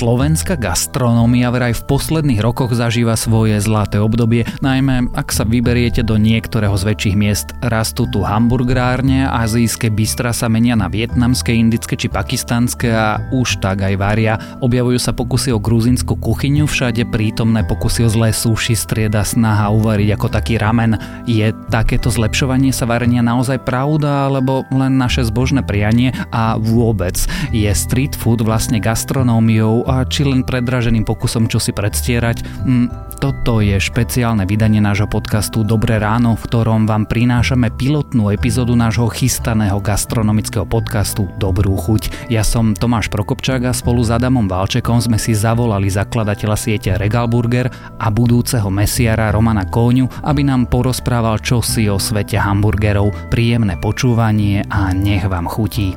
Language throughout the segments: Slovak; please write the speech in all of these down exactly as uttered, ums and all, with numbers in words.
Slovenská gastronómia vraj v posledných rokoch zažíva svoje zlaté obdobie, najmä ak sa vyberiete do niektorého z väčších miest. Rastú tu hamburgerárne, azijské bistrá sa menia na vietnamské, indické či pakistanské a už tak aj varia. Objavujú sa pokusy o gruzínsku kuchyňu, všade prítomné pokusy o zlé sushi, strieda snaha uvariť ako taký ramen. Je takéto zlepšovanie sa varenia naozaj pravda, alebo len naše zbožné prianie? A vôbec, je street food vlastne gastronómiou a či len predraženým pokusom čosi predstierať? Hm, toto je špeciálne vydanie nášho podcastu Dobré ráno, v ktorom vám prinášame pilotnú epizódu nášho chystaného gastronomického podcastu Dobrú chuť. Ja som Tomáš Prokopčák a spolu s Adamom Valčekom sme si zavolali zakladateľa siete Regal Burger a budúceho mesiara Romana Kóňu, aby nám porozprával čosi o svete hamburgerov. Príjemné počúvanie a nech vám chutí.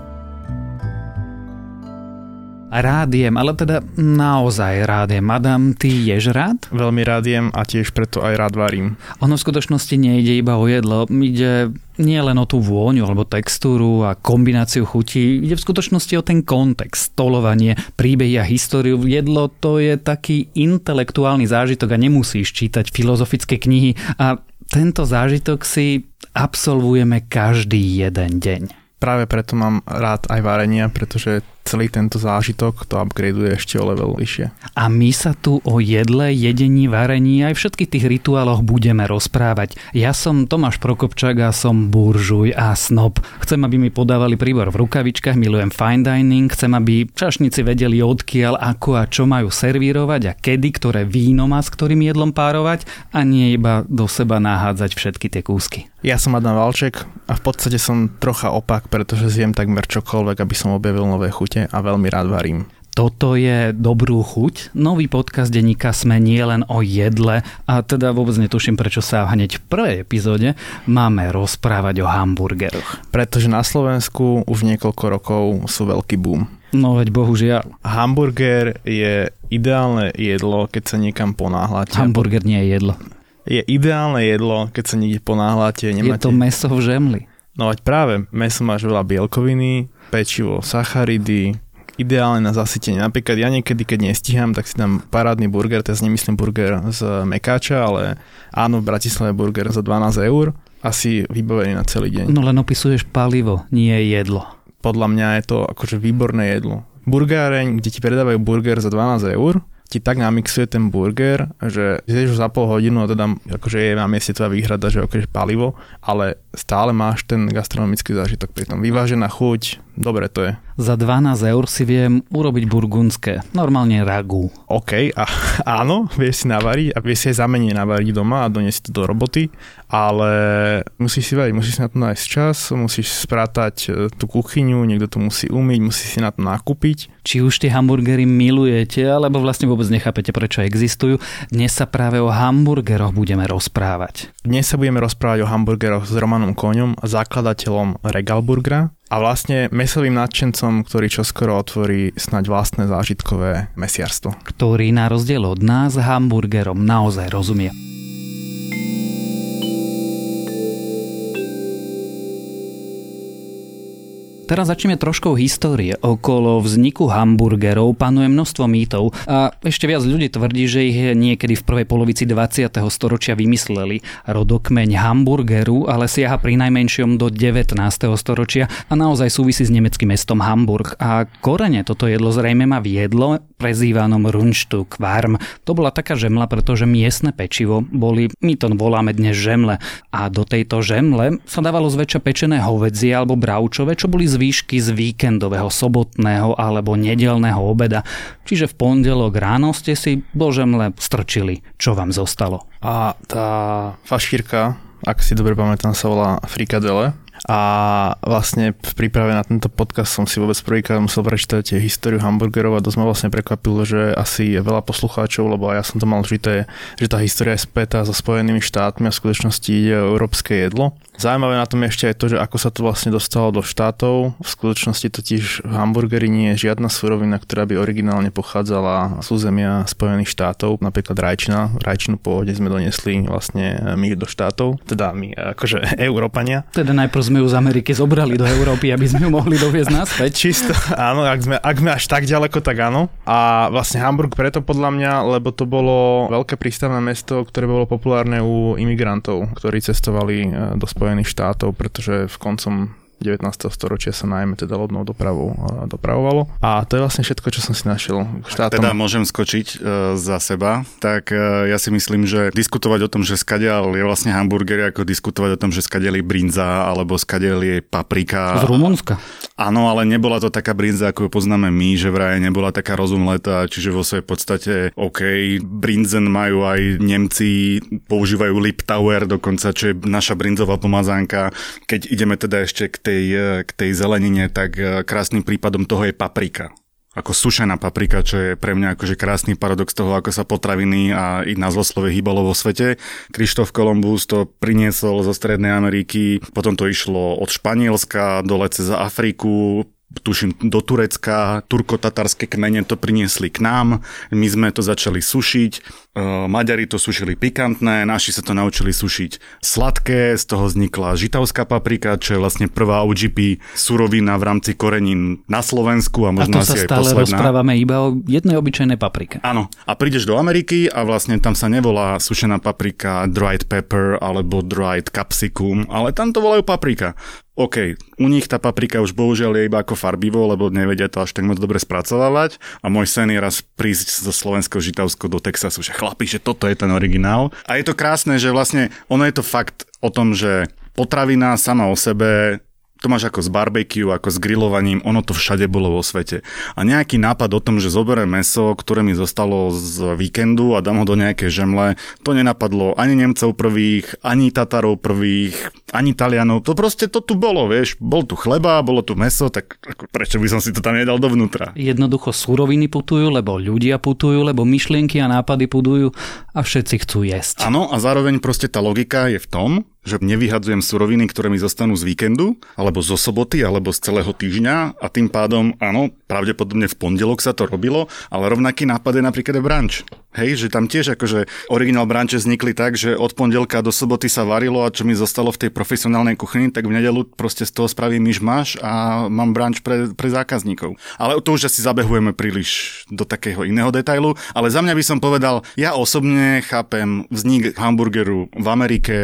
Rád jem, ale teda naozaj rád jem. Adam, ty ješ rád? Veľmi rád jem a tiež preto aj rád varím. Ono v skutočnosti nejde iba o jedlo, ide nie len o tú vôňu alebo textúru a kombináciu chutí, ide v skutočnosti o ten kontext, stolovanie, príbehy a históriu. Jedlo to je taký intelektuálny zážitok a nemusíš čítať filozofické knihy a tento zážitok si absolvujeme každý jeden deň. Práve preto mám rád aj varenia, pretože celý tento zážitok to upgradeuje ešte o level vyššie. A my sa tu o jedle, jedení, varení aj všetkých tých rituáloch budeme rozprávať. Ja som Tomáš Prokopčák a som buržuj a snob. Chcem, aby mi podávali príbor v rukavičkách, milujem fine dining, chcem, aby čašníci vedeli odkiaľ, ako a čo majú servírovať a kedy, ktoré víno má s ktorým jedlom párovať a nie iba do seba nahádzať všetky tie kúsky. Ja som Adam Valček a v podstate som trocha opak, pretože zjem takmer čokoľvek, aby som objavil nové chute a veľmi rád varím. Toto je Dobrú chuť. Nový podcast denníka Sme nie len o jedle a teda vôbec netuším, prečo sa hneď v prvej epizóde máme rozprávať o hamburgeroch. Pretože na Slovensku už niekoľko rokov sú veľký boom. No veď bohužiaľ. Hamburger je ideálne jedlo, keď sa niekam ponáhľate. Hamburger nie je jedlo. Je ideálne jedlo, keď sa niekde ponáhľate. Nemáte... Je to mäso v žemli. No veď práve, mäso máš veľa bielkoviny, pečivo, sacharidy, ideálne na zasytenie. Napríklad ja niekedy, keď nestíham, tak si dám parádny burger, teraz nemyslím burger z Mekáča, ale áno, v Bratislave burger za dvanásť eur, asi vybavený na celý deň. No len opisuješ palivo, nie jedlo. Podľa mňa je to akože výborné jedlo. Burgáreň, kde ti predávajú burger za dvanásť eur, ti tak namixuje ten burger, že ideš za pol hodinu a teda akože je na mieste tvoja výhrada, že akože palivo, ale stále máš ten gastronomický zážitok pri tom. Vyvážená chuť, dobre to je. Za dvanásť eur si viem urobiť burgundské, normálne ragu. OK, a, áno, vieš si navariť a vieš si aj za menej navariť doma a doniesť to do roboty, ale musíš si variť, musíš si na to nájsť čas, musíš sprátať tú kuchyňu, niekto to musí umyť, musíš si na to nakúpiť. Či už tie hamburgery milujete, alebo vlastne vôbec nechápete, prečo existujú, dnes sa práve o hamburgeroch budeme rozprávať. Dnes sa budeme rozprávať o hamburgeroch s Romanom Kóňom, zakladateľom Regal Burgera a vlastne mäsovým nadšencom, ktorý čoskoro otvorí snáď vlastné zážitkové mesiarstvo. Ktorý na rozdiel od nás hamburgerom naozaj rozumie. Teraz začneme troškou histórie. Okolo vzniku hamburgerov panuje množstvo mýtov a ešte viac ľudí tvrdí, že ich niekedy v prvej polovici dvadsiateho storočia vymysleli. Rodokmeň hamburgeru ale siaha pri najmenšom do devätnásteho storočia a naozaj súvisí s nemeckým mestom Hamburg. A korene toto jedlo zrejme má viedlo prezývanom Rundstück Warm. To bola taká žemla, pretože miestne pečivo boli, my to voláme dnes žemle. A do tejto žemle sa dávalo zväčša pečené hovädzie alebo bravčové, čo boli zvýšky z víkendového, sobotného alebo nedeľného obeda. Čiže v pondelok ráno ste si do žemle strčili. Čo vám zostalo? A tá fašírka, ak si dobre pamätám, sa volá frikadele. A vlastne v príprave na tento podcast som si vôbec prvýkrát musel prečítať históriu hamburgerov a dosť ma vlastne prekvapilo, že asi je veľa poslucháčov, lebo ja som to mal vžité, že tá história je spätá so Spojenými štátmi a v skutočnosti ide o európske jedlo. Zaujímavé na tom je ešte aj to, že ako sa to vlastne dostalo do štátov. V skutočnosti totiž v hamburgeri nie je žiadna surovina, ktorá by originálne pochádzala z územia Spojených štátov, napríklad rajčina. Rajčinu pôvodne sme donesli vlastne my do štátov, teda my akože Európania. Teda najprv sme sme ju z Ameriky zobrali do Európy, aby sme ju mohli doviezť naspäť. Čisto, áno, ak sme, ak sme až tak ďaleko, tak áno. A vlastne Hamburg preto podľa mňa, lebo to bolo veľké prístavné mesto, ktoré bolo populárne u imigrantov, ktorí cestovali do Spojených štátov, pretože v koncom devätnásteho storočia sa najmä teda lodnou dopravou dopravovalo. A to je vlastne všetko, čo som si našiel. Štátom. Teda môžem skočiť e, za seba, tak e, ja si myslím, že diskutovať o tom, že skadiaľ je vlastne hamburger, ako diskutovať o tom, že skadiaľ je brinza, alebo skadiaľ je paprika. Z Rumunska. Áno, ale nebola to taká brinza, ako ju poznáme my, že vraj nebola taká rozumletá, čiže vo svojej podstate OK, brinzen majú aj Nemci, používajú Liptauer dokonca, čo je naša brinzová pomazánka. Keď ideme teda ešte k tej, k tej zelenine, tak krásnym prípadom toho je paprika. Ako sušená paprika, čo je pre mňa akože krásny paradox toho, ako sa potraviny a ich názvoslovie hýbalo vo svete. Krištof Kolumbus to priniesol zo Strednej Ameriky, potom to išlo od Španielska dole cez Afriku, tuším do Turecka, turko-tatarské kmene to priniesli k nám, my sme to začali sušiť, Maďari to sušili pikantné, naši sa to naučili sušiť sladké, z toho vznikla žitavská paprika, čo je vlastne prvá ó gé pé surovina v rámci korenín na Slovensku a možno asi aj posledná. A to sa stále rozprávame iba o jednej obyčajnej paprike. Áno, a prídeš do Ameriky a vlastne tam sa nevolá sušená paprika, dried pepper alebo dried capsicum, ale tam to volajú paprika. OK, u nich tá paprika už bohužiaľ je iba ako farbivo, lebo nevedia to až tak moc dobre spracovávať a môj sen je raz prísť zo Slovenského Žitavsko do Texasu, že chlapi, že toto je ten originál. A je to krásne, že vlastne ono je to fakt o tom, že potravina sama o sebe, to máš ako s barbecue, ako s grillovaním, ono to všade bolo vo svete. A nejaký nápad o tom, že zoberiem mäso, ktoré mi zostalo z víkendu a dám ho do nejakej žemle, to nenapadlo ani Nemcov prvých, ani Tatarov prvých, ani Talianov. To proste to tu bolo, vieš. Bol tu chleba, bolo tu mäso, tak prečo by som si to tam nedal dovnútra? Jednoducho suroviny putujú, lebo ľudia putujú, lebo myšlienky a nápady putujú a všetci chcú jesť. Áno, a zároveň proste tá logika je v tom, že nevyhadzujem suroviny, ktoré mi zostanú z víkendu, alebo zo soboty, alebo z celého týždňa a tým pádom, áno, pravdepodobne v pondelok sa to robilo, ale rovnaký nápad je napríklad aj brunch. Hej, že tam tiež akože originál brunche vznikli tak, že od pondelka do soboty sa varilo a čo mi zostalo v tej profesionálnej kuchyni, tak v nedeľu proste z toho spravím myšmaš a mám brunch pre, pre zákazníkov. Ale to už asi zabehujeme príliš do takého iného detailu, ale za mňa by som povedal, ja osobne chápem vznik hamburgeru v Amerike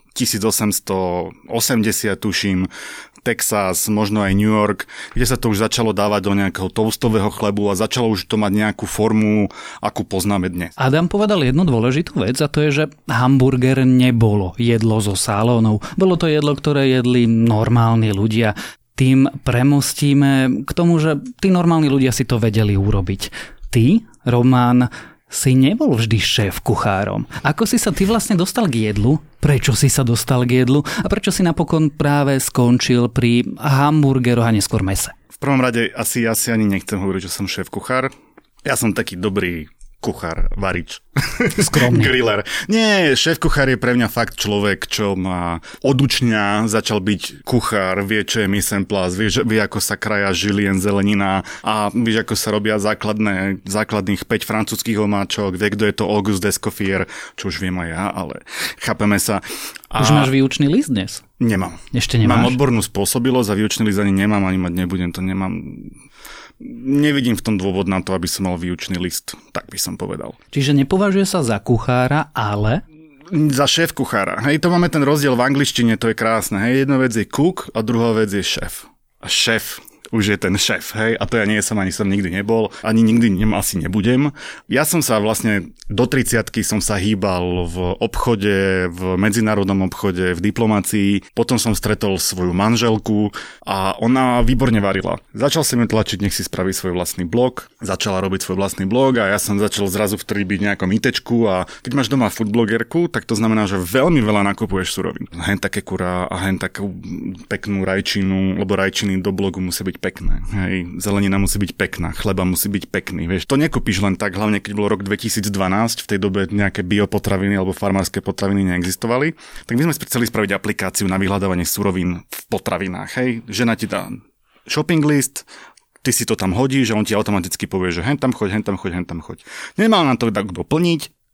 tisícosemstoosemdesiat, tuším, Texas, možno aj New York, kde sa to už začalo dávať do nejakého toastového chlebu a začalo už to mať nejakú formu, akú poznáme dnes. Adam povedal jednu dôležitú vec a to je, že hamburger nebolo jedlo zo salónov. Bolo to jedlo, ktoré jedli normálni ľudia. Tým premostíme k tomu, že tí normálni ľudia si to vedeli urobiť. Ty, Roman, si nebol vždy šéf kuchárom. Ako si sa ty vlastne dostal k jedlu? Prečo si sa dostal k jedlu? A prečo si napokon práve skončil pri hamburgeroch a neskôr mese? V prvom rade asi, asi ani nechcem hovoriť, že som šéf kuchár. Ja som taký dobrý kuchár, varič. Skromný. Griller. Nie, šéf kuchár je pre mňa fakt človek, čo má odučňa, začal byť kuchár, vie, čo je mise en place, vie, vie, ako sa kraja žilien, zelenina a vie, ako sa robia základné, základných päť francúzskych omáčok, vie, kto je to Auguste d'Escoffier, čo už viem aj ja, ale chápeme sa. A už máš výučný list dnes? Nemám. Ešte nemáš? Mám odbornú spôsobilosť a výučný list ani nemám, ani mať nebudem, to nemám. Nevidím v tom dôvod na to, aby som mal výučný list, tak by som povedal. Čiže nepovažuje sa za kuchára, ale... Za šéf kuchára. Hej, to máme ten rozdiel v angličtine, to je krásne. Hej, jedna vec je cook a druhá vec je šéf. A šéf už je ten šéf, hej, a to ja nie som, ani som nikdy nebol, ani nikdy nem, asi nebudem. Ja som sa vlastne do tridsiatky som sa hýbal v obchode, v medzinárodnom obchode, v diplomácii, potom som stretol svoju manželku a ona výborne varila. Začal som ju tlačiť, nech si spraví svoj vlastný blog, začala robiť svoj vlastný blog a ja som začal zrazu vtedy byť nejakom itečku a keď máš doma foodblogerku, tak to znamená, že veľmi veľa nakupuješ surovín. Hen také kurá a hen takú peknú rajčinu, lebo rajčiny do blogu musí byť pekné. Hej, zelenina musí byť pekná, chleba musí byť pekný. Vieš, to nekúpiš len tak, hlavne keď bol rok dvetisícdvanásť, v tej dobe nejaké biopotraviny alebo farmárske potraviny neexistovali. Tak my sme chceli spraviť aplikáciu na vyhľadávanie surovín v potravinách. Hej, žena ti dá shopping list, ty si to tam hodíš a on ti automaticky povie, že hen tam choď, hen tam choď, hen tam choď. Nemal na to tak doplniť.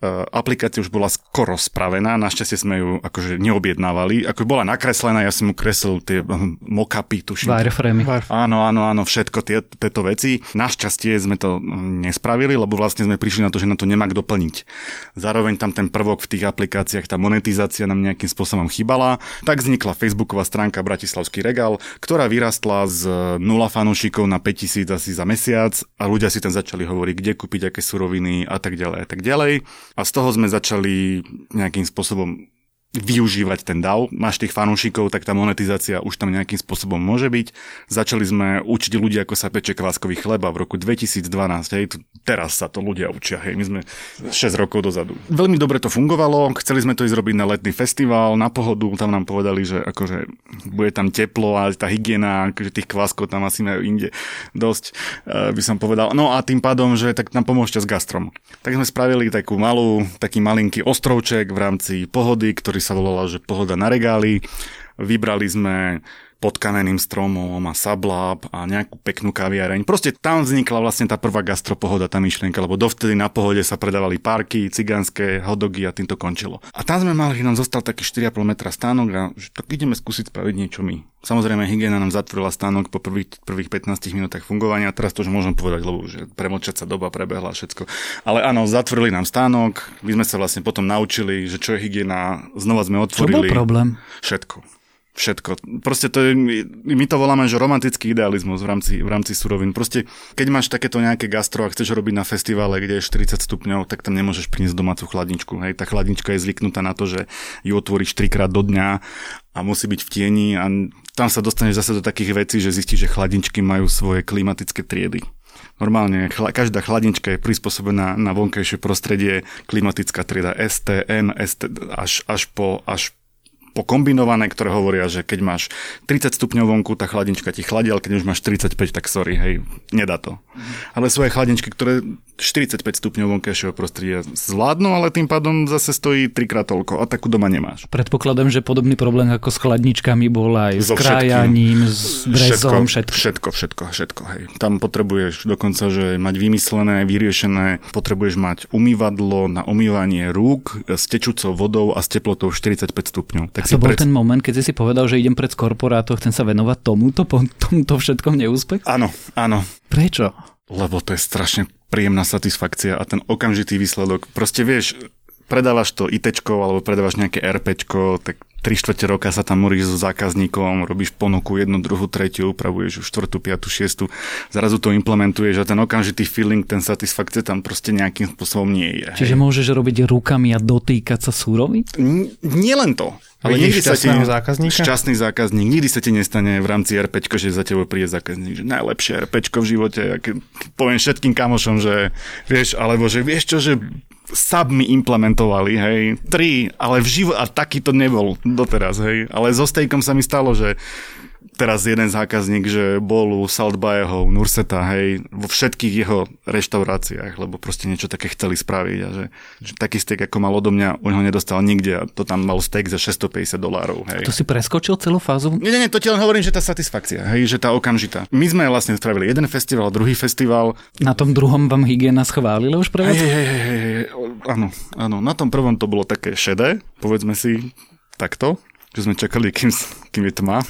aplikácia už bola skoro spravená, našťastie sme ju akože neobjednávali, ako bola nakreslená, ja som mu kreslil tie mock-upy, tuším. Wireframe. Áno, áno, áno, všetko tie, tieto veci. Našťastie sme to nespravili, lebo vlastne sme prišli na to, že na to nemá kto doplniť. Zároveň tam ten prvok v tých aplikáciách, tá monetizácia nám nejakým spôsobom chýbala. Tak vznikla facebooková stránka Bratislavský regál, ktorá vyrastla z nula fanúšikov na päťtisíc asi za mesiac a ľudia si tam začali hovoriť, kde kúpiť, aké suroviny a tak ďalej a tak ďalej. A z toho sme začali nejakým spôsobom využívať ten dá vé. Máš tých fanúšikov, tak tá monetizácia už tam nejakým spôsobom môže byť. Začali sme učiť ľudí, ako sa peče kváskový chleba v roku dvetisícdvanásť. Hej, teraz sa to ľudia učia. Hej, my sme šesť rokov dozadu. Veľmi dobre to fungovalo. Chceli sme to ísť robiť na letný festival, na pohodu. Tam nám povedali, že akože bude tam teplo a tá hygiena, že tých kváskov tam asi majú inde dosť, by som povedal. No a tým pádom, že tak nám pomôžte s gastrom. Tak sme spravili takú malú, taký malinký ostrovček v rámci pohody, ktorý sa volala, že Pohoda na regáli. Vybrali sme pod kamenným stromom a Sablab a nejakú peknú kaviareň. Proste tam vznikla vlastne tá prvá gastropohoda, tá myšlienka, lebo dovtedy na Pohode sa predávali parky, cigánske, hotdogy a tým to končilo. A tam sme mali, nám zostal taký štyri a pol metra stánok a že tak ideme skúsiť spraviť niečo my. Samozrejme, hygiena nám zatvorila stánok po prvých, prvých pätnástich minútach fungovania. Teraz to už môžem povedať, lebo už premočacia doba prebehla všetko. Ale áno, zatvorili nám stánok. My sme sa vlastne potom naučili, že čo je hygiena. Znova sme otvorili. Čo bol problém? Všetko. Všetko. Proste to je, my to voláme, že romantický idealizmus v rámci, v rámci surovín. Proste, keď máš takéto nejaké gastro a chceš robiť na festivale, kde je štyridsať stupňov, tak tam nemôžeš priniesť domácu chladničku. Hej, tá chladnička je zvyknutá na to, že ju otvoríš trikrát do dňa a musí byť v tieni a tam sa dostaneš zase do takých vecí, že zistíš, že chladničky majú svoje klimatické triedy. Normálne chla, každá chladnička je prispôsobená na vonkajšie prostredie, klimatická trieda es té, en, es té, až, až po až pokombinované, ktoré hovoria, že keď máš tridsať stupňov vonku, tá chladnička ti chladí, ale keď už máš štyridsaťpäť, tak sorry, hej, nedá to. Ale sú aj chladničky, ktoré štyridsaťpäť stupňov vonkajšieho prostredia zvládnu, ale tým pádom zase stojí trikrát toľko a takú doma nemáš. Predpokladám, že podobný problém ako s chladničkami bol aj s krájaním, s brezom, všetko. Všetko, všetko, všetko, hej. Tam potrebuješ dokonca, že mať vymyslené, vyriešené, potrebuješ mať umývadlo na umývanie rúk s tečúcou vodou a s teplotou štyridsaťpäť stupňov. Tak a to bol pred... ten moment, keď si si povedal, že idem pred korporátom, chcem sa venovať tomuto, po tomuto všetkom neúspech? Áno, áno. Prečo? Lebo to je strašne príjemná satisfakcia a ten okamžitý výsledok. Proste vieš, predávaš to ITčko alebo predávaš nejaké RPčko, tak tri štvrte roka sa tam moríš so zákazníkom, robíš ponuku jednu, druhú, tretiu, upravuješ už štvrtú, piatu, šiestu, zrazu to implementuješ a ten okamžitý feeling, ten satisfakcia tam proste nejakým spôsobom nie je. Čiže hej. Môžeš robiť rukami a dotýkať sa súrovín? N- nie len to. Ale nikdy sa ti zákazníka? Šťastný zákazník. Nikdy sa ti nestane v rámci RPčko, že za tebou príde zákazník, že najlepšie RPčko v živote. Keď poviem všetkým kamošom, že vieš, alebo že vieš čo, že sub mi implementovali, hej, tri, ale v živote, a taký to nebol doteraz, hej, ale so stejkom sa mi stalo, že teraz jeden zákazník, že bol u Salt Baeho, Nurseta, hej, vo všetkých jeho reštauráciách, lebo proste niečo také chceli spraviť a že, že taký steak, ako mal odo mňa, on ho nedostal nikde a to tam mal steak za šesťstopäťdesiat dolárov, hej. To si preskočil celú fázu? Nie, nie, to ti len hovorím, že tá satisfakcia, hej, že tá okamžitá. My sme vlastne spravili jeden festival, druhý festival. Na tom druhom vám hygiena schválila už prevádzku? Hej, hej, hej, hej, áno, áno, na tom prvom to bolo také šedé, povedzme si takto, že sme čakali, kým, kým je tma.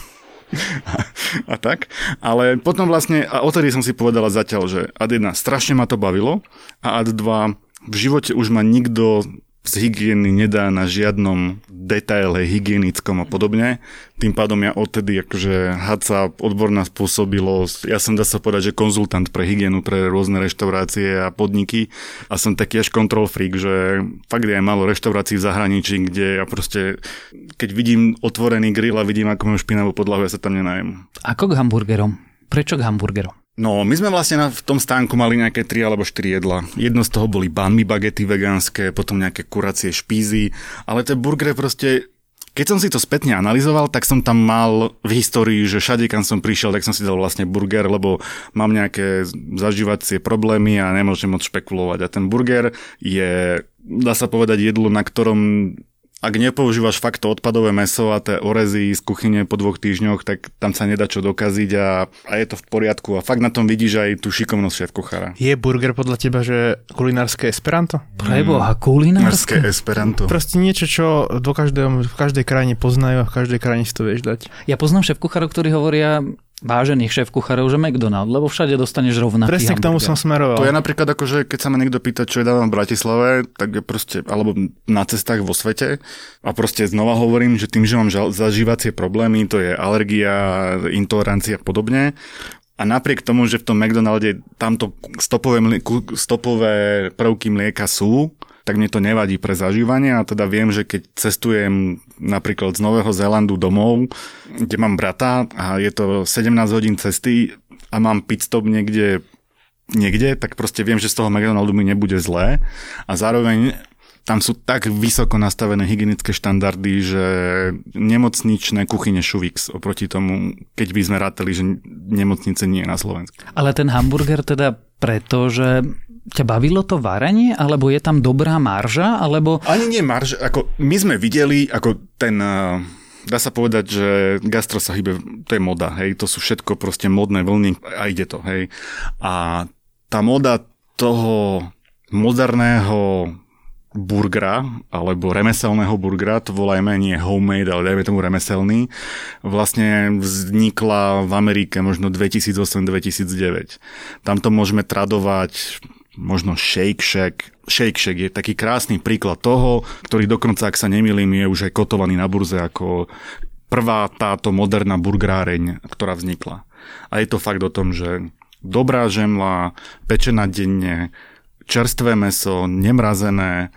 A, a tak, ale potom vlastne, a odtedy som si povedala zatiaľ, že ad jedna, strašne ma to bavilo a ad dva, v živote už ma nikto z hygieny nedá na žiadnom detaile hygienickom a podobne. Tým pádom ja odtedy akože hadca, odborná spôsobilosť, ja som dá sa povedať, že konzultant pre hygienu, pre rôzne reštaurácie a podniky a som taký až control freak, že fakt je aj málo reštaurácií v zahraničí, kde ja proste, keď vidím otvorený grill a vidím, ako majú špinavú podlahu, ja sa tam nenajem. Ako k hamburgerom? Prečo k hamburgerom? No, my sme vlastne na, v tom stánku mali nejaké tri alebo štyri jedla. Jedno z toho boli banmi bagety vegánske, potom nejaké kuracie špízy, ale tie burgery proste, keď som si to spätne analyzoval, tak som tam mal v histórii, že všade, kam som prišiel, tak som si dal vlastne burger, lebo mám nejaké zažívacie problémy a nemôžem moc špekulovať. A ten burger je, dá sa povedať, jedlo, na ktorom ak nepoužívaš fakt to odpadové mäso a tie orezy z kuchyne po dvoch týždňoch, tak tam sa nedá čo dokaziť a, a je to v poriadku. A fakt na tom vidíš aj tú šikovnosť šéfkuchára. Je burger podľa teba, že kulinárske esperanto? Preboha, kulinárske? Esperanto. Proste niečo, čo do každého, v každej krajine poznajú a v každej krajine si to vieš dať. Ja poznám šéfkuchárov, ktorí hovoria vážených šéfkuchárov, že McDonald, lebo všade dostaneš rovnaký Presne hamburger. K tomu som smeroval. To je napríklad ako, že keď sa ma niekto pýta, čo je dávam v Bratislave, tak je proste, alebo na cestách vo svete a proste znova hovorím, že tým, že mám žal, zažívacie problémy, to je alergia, intolerancia a podobne. A napriek tomu, že v tom McDonalde tamto stopové, mlieku, stopové prvky mlieka sú, tak mne to nevadí pre zažívanie a teda viem, že keď cestujem napríklad z Nového Zélandu domov, kde mám brata a je to sedemnásť hodín cesty a mám pit stop niekde, niekde, tak proste viem, že z toho McDonaldu mi nebude zlé a zároveň tam sú tak vysoko nastavené hygienické štandardy, že nemocničné kuchyne Šuvix oproti tomu, keď by sme rátali, že nemocnice nie je na Slovensku. Ale ten hamburger teda preto, že ťa bavilo to varenie, alebo je tam dobrá marža, alebo... Ani nie marža, ako my sme videli, ako ten... Dá sa povedať, že gastro sa hýbe, to je moda, hej, to sú všetko proste modné vlny a ide to, hej. A tá moda toho moderného burgera, alebo remeselného burgera, to volajme nie homemade, ale dajme tomu remeselný, vlastne vznikla v Amerike možno dvetisícosem dvetisícdeväť. Tam to môžeme tradovať možno Shake Shack. Shake Shack je taký krásny príklad toho, ktorý dokonca, ak sa nemýlim, je už aj kotovaný na burze ako prvá táto moderná burgeráreň, ktorá vznikla. A je to fakt o tom, že dobrá žemla, pečená denne, čerstvé mäso, nemrazené,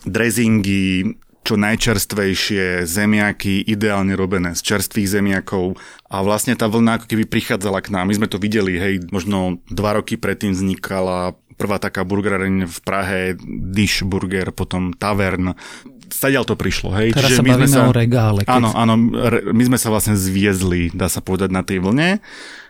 dressingy, čo najčerstvejšie, zemiaky, ideálne robené z čerstvých zemiakov a vlastne tá vlna ako keby prichádzala k nám. My sme to videli, hej, možno dva roky predtým vznikala prvá taká burgeráreň v Prahe, Dish Burger, potom Tavern. Stadiaľ to prišlo, hej. Teraz Čiže sa my bavíme sme sa, o regále. Keď... Áno, áno, my sme sa vlastne zviezli, dá sa povedať, na tej vlne.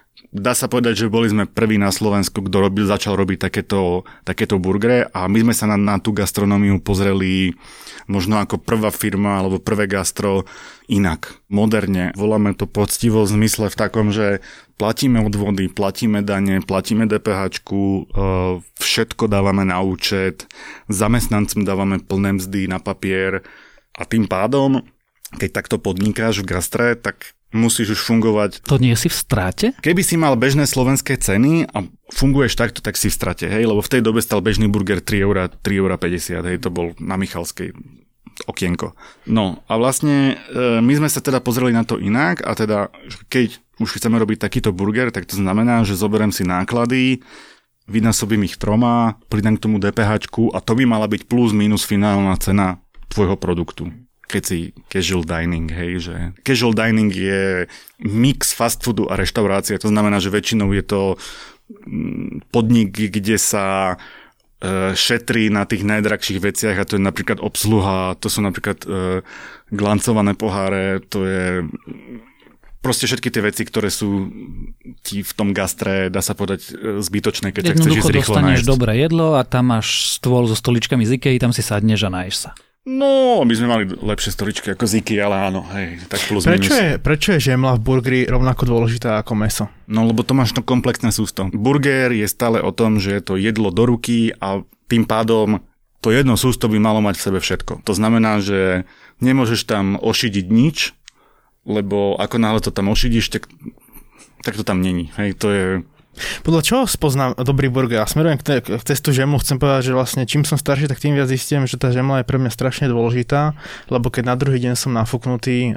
Dá sa povedať, že boli sme prví na Slovensku, kto robil, začal robiť takéto, takéto burgery a my sme sa na, na tú gastronómiu pozreli možno ako prvá firma alebo prvé gastro inak, moderne. Voláme to poctivo v zmysle v takom, že platíme odvody, platíme dane, platíme DPHčku, všetko dávame na účet, zamestnancom dávame plné mzdy na papier a tým pádom, keď takto podnikáš v gastre, tak musíš už fungovať. To nie si v strate? Keby si mal bežné slovenské ceny a funguješ takto, tak si v strate, hej, lebo v tej dobe stal bežný burger tri eurá, tri eurá päťdesiat, hej, to bol na Michalskej okienko. No a vlastne e, my sme sa teda pozreli na to inak a teda, keď už chceme robiť takýto burger, tak to znamená, že zoberiem si náklady, vynásobím ich troma, pridám k tomu DPHčku a to by mala byť plus minus finálna cena tvojho produktu. Keď si casual dining, hej, že casual dining je mix fast foodu a reštaurácie, to znamená, že väčšinou je to podnik, kde sa e, šetrí na tých najdrahších veciach a to je napríklad obsluha, to sú napríklad e, glancované poháre, to je proste všetky tie veci, ktoré sú ti v tom gastre, dá sa povedať, zbytočné, keď sa chceš ísť rýchlo nájsť. Jednoducho dostaneš dobré jedlo a tam máš stôl so stoličkami z Ikei, tam si sadneš a náješ sa. No, my sme mali lepšie stoličky ako z Ikea, ale áno, hej, tak plus prečo minus. Je, prečo je žemla v burgeri rovnako dôležitá ako mäso? No, lebo to máš to komplexné sústo. Burger je stále o tom, že je to jedlo do ruky a tým pádom to jedno sústo by malo mať v sebe všetko. To znamená, že nemôžeš tam ošidiť nič, lebo ako náhle to tam ošidíš, tak, tak to tam není. Hej, to je... Podľa čoho spoznám dobrý burger? A smerujem k, te, k testu žemlu, chcem povedať, že vlastne čím som starší, tak tým viac zistím, že tá žemla je pre mňa strašne dôležitá, lebo keď na druhý deň som nafúknutý,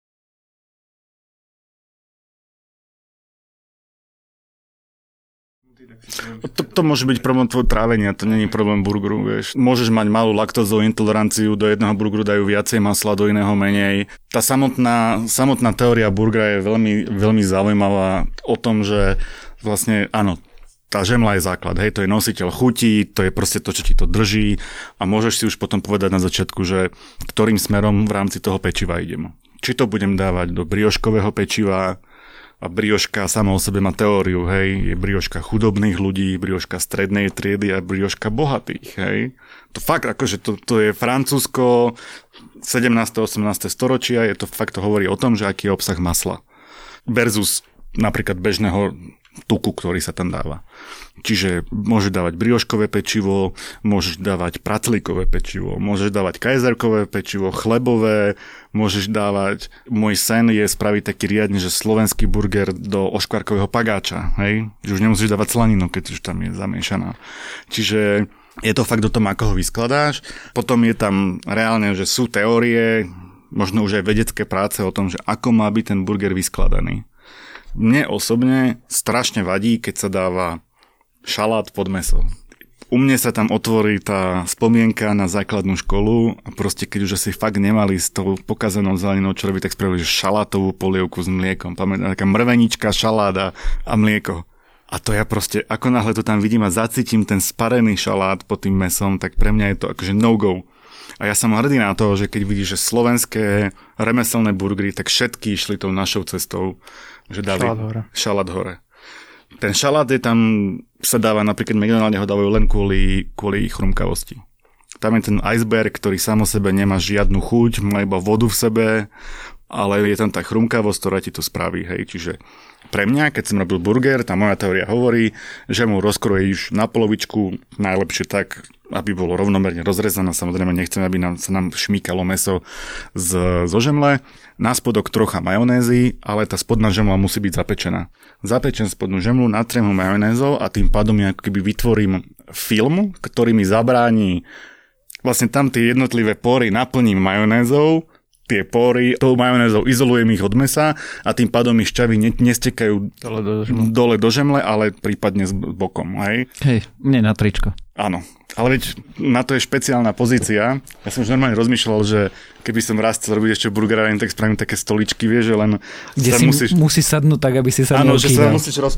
To, to môže byť problém tvojho trávenia, to nie je problém burgeru, vieš. Môžeš mať malú laktózovú intoleranciu, do jedného burgeru dajú viacej masla, do iného menej. Tá samotná, samotná teória burgera je veľmi, veľmi zaujímavá o tom, že vlastne, áno, tá žemla je základ, hej, to je nositeľ chutí, to je proste to, čo ti to drží a môžeš si už potom povedať na začiatku, že ktorým smerom v rámci toho pečiva idem. Či to budem dávať do brioškového pečiva, A brioška sama o sebe má teóriu, hej, je brioška chudobných ľudí, brioška strednej triedy a brioška bohatých, hej. To fakt, akože to, to je Francúzsko sedemnásteho osemnásteho storočia, je to fakt, to hovorí o tom, že aký je obsah masla versus napríklad bežného tuku, ktorý sa tam dáva. Čiže môžeš dávať brioškové pečivo, môžeš dávať praclíkové pečivo, môžeš dávať kajzerkové pečivo, chlebové, môžeš dávať... Môj sen je spraviť taký riadne, že slovenský burger do oškvarkového pagáča, hej? Že už nemusíš dávať slaninu, keď už tam je zamiešaná. Čiže je to fakt o tom, ako ho vyskladáš. Potom je tam reálne, že sú teórie, možno už aj vedecké práce o tom, že ako má byť ten burger vyskladaný. Mne osobne strašne vadí, keď sa dáva šalát pod mäso. U mne sa tam otvorí tá spomienka na základnú školu a proste keď už asi fakt nemali s tou pokazenou zeleninou čo robiť, tak spravili, že šalátovú polievku s mliekom. Pamätám, taká mrvenička, šaláda a mlieko. A to ja proste, ako náhle to tam vidím a zacítim ten sparený šalát pod tým mäsom, tak pre mňa je to akože no-go. A ja som hrdý na to, že keď vidíš, že slovenské remeselné burgery, tak všetky išli tou našou cestou, že dali šalát hore. Šalát hore. Ten šalát je tam, sa dáva napríklad McDonald's ho dávajú len kvôli, kvôli chrumkavosti. Tam je ten iceberg, ktorý sám o sebe nemá žiadnu chuť, má iba vodu v sebe, ale je tam tá chrumkavosť, ktorá ti to spraví, hej. Čiže pre mňa, keď som robil burger, tá moja teória hovorí, že mu rozkrojíš na polovičku, najlepšie tak, aby bolo rovnomerne rozrezané. Samozrejme nechcem, aby nám, sa nám šmíkalo mäso z, zo žemle. Na spodok trocha majonézy, ale tá spodná žemla musí byť zapečená. Zapečem spodnú žemlu, natriem ho majonézou a tým pádom ja ako keby vytvorím film, ktorý mi zabráni, vlastne tam tie jednotlivé pory naplním majonézou, tie pory, tou majonézou izolujem ich od mesa a tým pádom ich šťavy ne, nestekajú dole do žemle. dole do žemle, ale prípadne s bokom, hej? Hej, mne na tričko. Áno, ale veď na to je špeciálna pozícia. Ja som už normálne rozmýšľal, že keby som raz chcel robiť ešte burgeráreň, tak spravím také stoličky, vieš, že len... Kde si musíš... musí sadnúť tak, aby si sa áno, neokýval. že sa musíš, roz,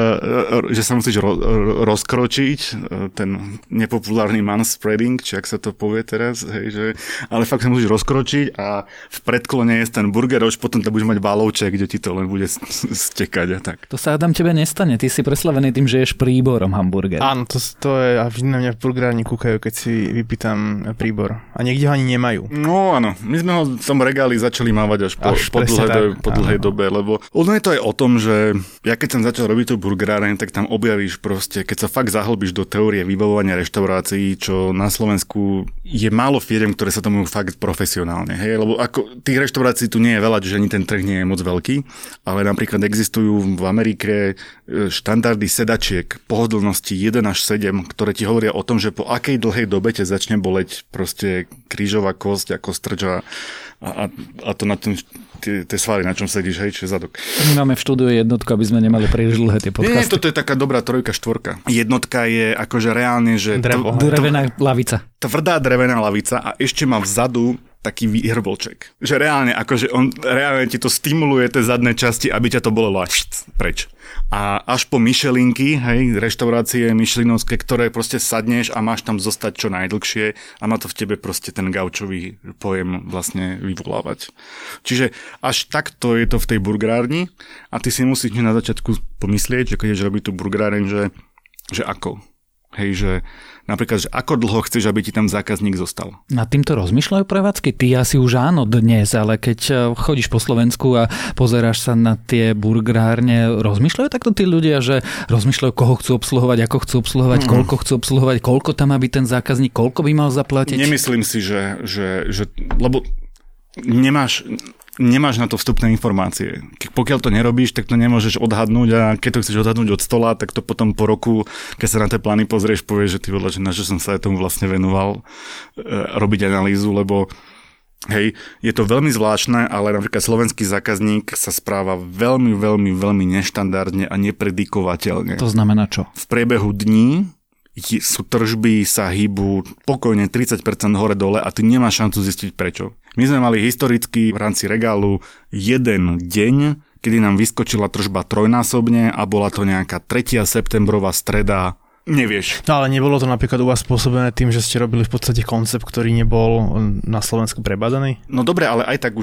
uh, že sa musíš ro, rozkročiť, uh, ten nepopulárny manspreading, či ak sa to povie teraz, hej, že... Ale fakt sa musíš rozkročiť a v predklone je ten burger a už potom to budeš mať balovček, kde ti to len bude stekať a tak. To sa, Adam, tebe nestane. Ty si preslavený tým, že ješ príborom hamburger. Áno, to, to je... A vždy na mňa v burgerárni kúkajú, keď si vypýtam príbor. A niekde ho ani nemajú. No áno. My sme ho v tom regáli začali mávať až po, až po dlhej, do, po dlhej dobe, lebo ono je to aj o tom, že ja keď som začal robiť tú burgeráreň, tak tam objavíš proste, keď sa fakt zahlbíš do teórie vybavovania reštaurácií, čo na Slovensku je málo firiem, ktoré sa tomu fakt profesionálne, hej, lebo ako tých reštaurácií tu nie je veľa, že ani ten trh nie je moc veľký, ale napríklad existujú v Amerike štandardy sedačiek pohodlnosti jeden až sedem, ktoré ti hovoria o tom, že po akej dlhej dobe te začne boleť proste krížová kosť a kostrč a, a, a to na tom, tie, tie svaly, na čom sedíš, hej, čiže zadok. My máme v štúdiu jednotku, aby sme nemali príliš dlhé tie podcasty. Nie, toto je taká dobrá trojka, štvorka. Jednotka je akože reálne, že... Drevo. Tv- Drevená lavica. Tvrdá drevená lavica a ešte má vzadu taký výhrbolček. Že reálne, akože on reálne ti to stimuluje tie zadné časti, aby ťa to bolelo až preč. A až po Michelinky, hej, reštaurácie michelinovské, ktoré proste sadneš a máš tam zostať čo najdlhšie a má to v tebe proste ten gaučový pojem vlastne vyvolávať. Čiže až takto je to v tej burgerárni a ty si musíš na začiatku pomyslieť, že keď ideš robiť tú burgeráreň, že, že ako. Hej, že napríklad, že ako dlho chceš, aby ti tam zákazník zostal? Nad týmto rozmýšľajú prevádzky? Ty asi už áno dnes, ale keď chodíš po Slovensku a pozeráš sa na tie burgerárne, rozmýšľajú takto tí ľudia, že rozmýšľajú, koho chcú obsluhovať, ako chcú obsluhovať, mm. koľko chcú obsluhovať, koľko tam má byť ten zákazník, koľko by mal zaplatiť? Nemyslím si, že, že, že lebo nemáš... nemáš na to vstupné informácie. Pokiaľ to nerobíš, tak to nemôžeš odhadnúť a keď to chceš odhadnúť od stola, tak to potom po roku, keď sa na tie plány pozrieš, povieš, že ty vedľa, že na čo som sa aj tomu vlastne venoval, e, robiť analýzu, lebo hej, je to veľmi zvláštne, ale napríklad slovenský zákazník sa správa veľmi, veľmi, veľmi neštandardne a nepredikovateľne. To znamená čo? V priebehu dní sú tržby, sa hýbu pokojne tridsať percent hore-dole a ty nemáš šancu zistiť prečo. My sme mali historicky v rámci regálu jeden deň, kedy nám vyskočila tržba trojnásobne a bola to nejaká tretia septembrová streda. Nevieš. No ale nebolo to napríklad u vás spôsobené tým, že ste robili v podstate koncept, ktorý nebol na Slovensku prebadaný? No dobre, ale aj tak už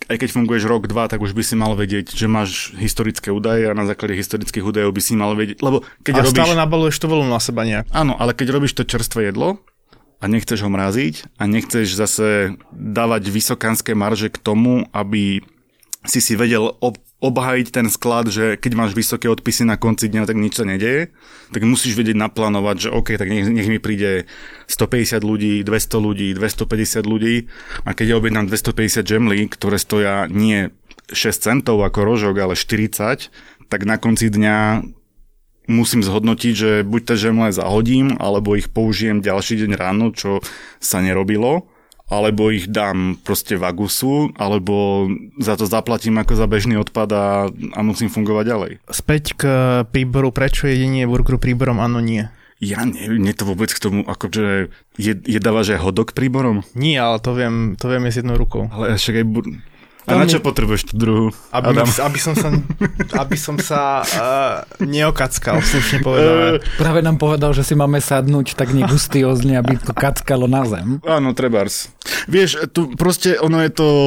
aj keď funguješ rok, dva, tak už by si mal vedieť, že máš historické údaje a na základe historických údajov by si mal vedieť, lebo keď a robíš... stále nabaluješ to voľnú na seba nejak. Áno, ale keď robíš to čerstvé jedlo a nechceš ho mraziť a nechceš zase dávať vysokánske marže k tomu, aby si si vedel ob- obhájiť ten sklad, že keď máš vysoké odpisy na konci dňa, tak nič sa nedeje, tak musíš vedieť naplánovať, že OK, tak nech, nech mi príde stopäťdesiat ľudí, dvesto ľudí, dvestopäťdesiat ľudí a keď ja objednám dvestopäťdesiat žemlí, ktoré stoja nie šesť centov ako rožok, ale štyridsať, tak na konci dňa musím zhodnotiť, že buď tie žemle zahodím, alebo ich použijem ďalší deň ráno, čo sa nerobilo, alebo ich dám proste v agusu, alebo za to zaplatím ako za bežný odpad a, a musím fungovať ďalej. Späť k príboru, prečo jedenie burgeru príborom, áno, nie? Ja neviem, nie to vôbec k tomu, akože je, jedávaš aj hodok príborom? Nie, ale to viem, to viem s jednou rukou. Ale však aj... Bur- A na čo potrebuješ tú druhú? Aby, aby som sa, aby som sa uh, neokackal, slušne povedané. Práve nám povedal, že si máme sadnúť tak negustiózne, aby to kackalo na zem. Áno, trebárs. Vieš, tu proste ono je to...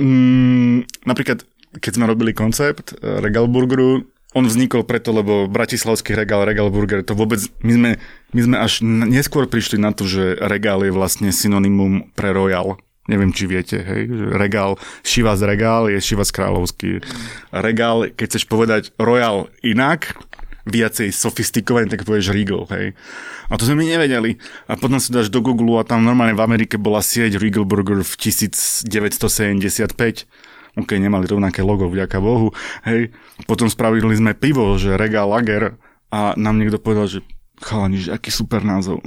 Mm, napríklad, keď sme robili koncept Regal Burgeru, on vznikol preto, lebo bratislavský Regal, Regal Burger, to vôbec... My sme, my sme až neskôr prišli na to, že Regal je vlastne synonymum pre Royal. Neviem, či viete, hej, že Regál, Chivas Regál je Chivas kráľovský. Regál, keď chceš povedať Royal inak, viacej sofistikovaný, tak povieš Regal, hej. A to sme my nevedeli. A potom si dáš do Google a tam normálne v Amerike bola sieť Regal Burger v devätnásťstosedemdesiatpäť. OK, nemali rovnaké logo, vďaka Bohu, hej. Potom spravili sme pivo, že Regal Lager a nám niekto povedal, že chalani, že aký super názov.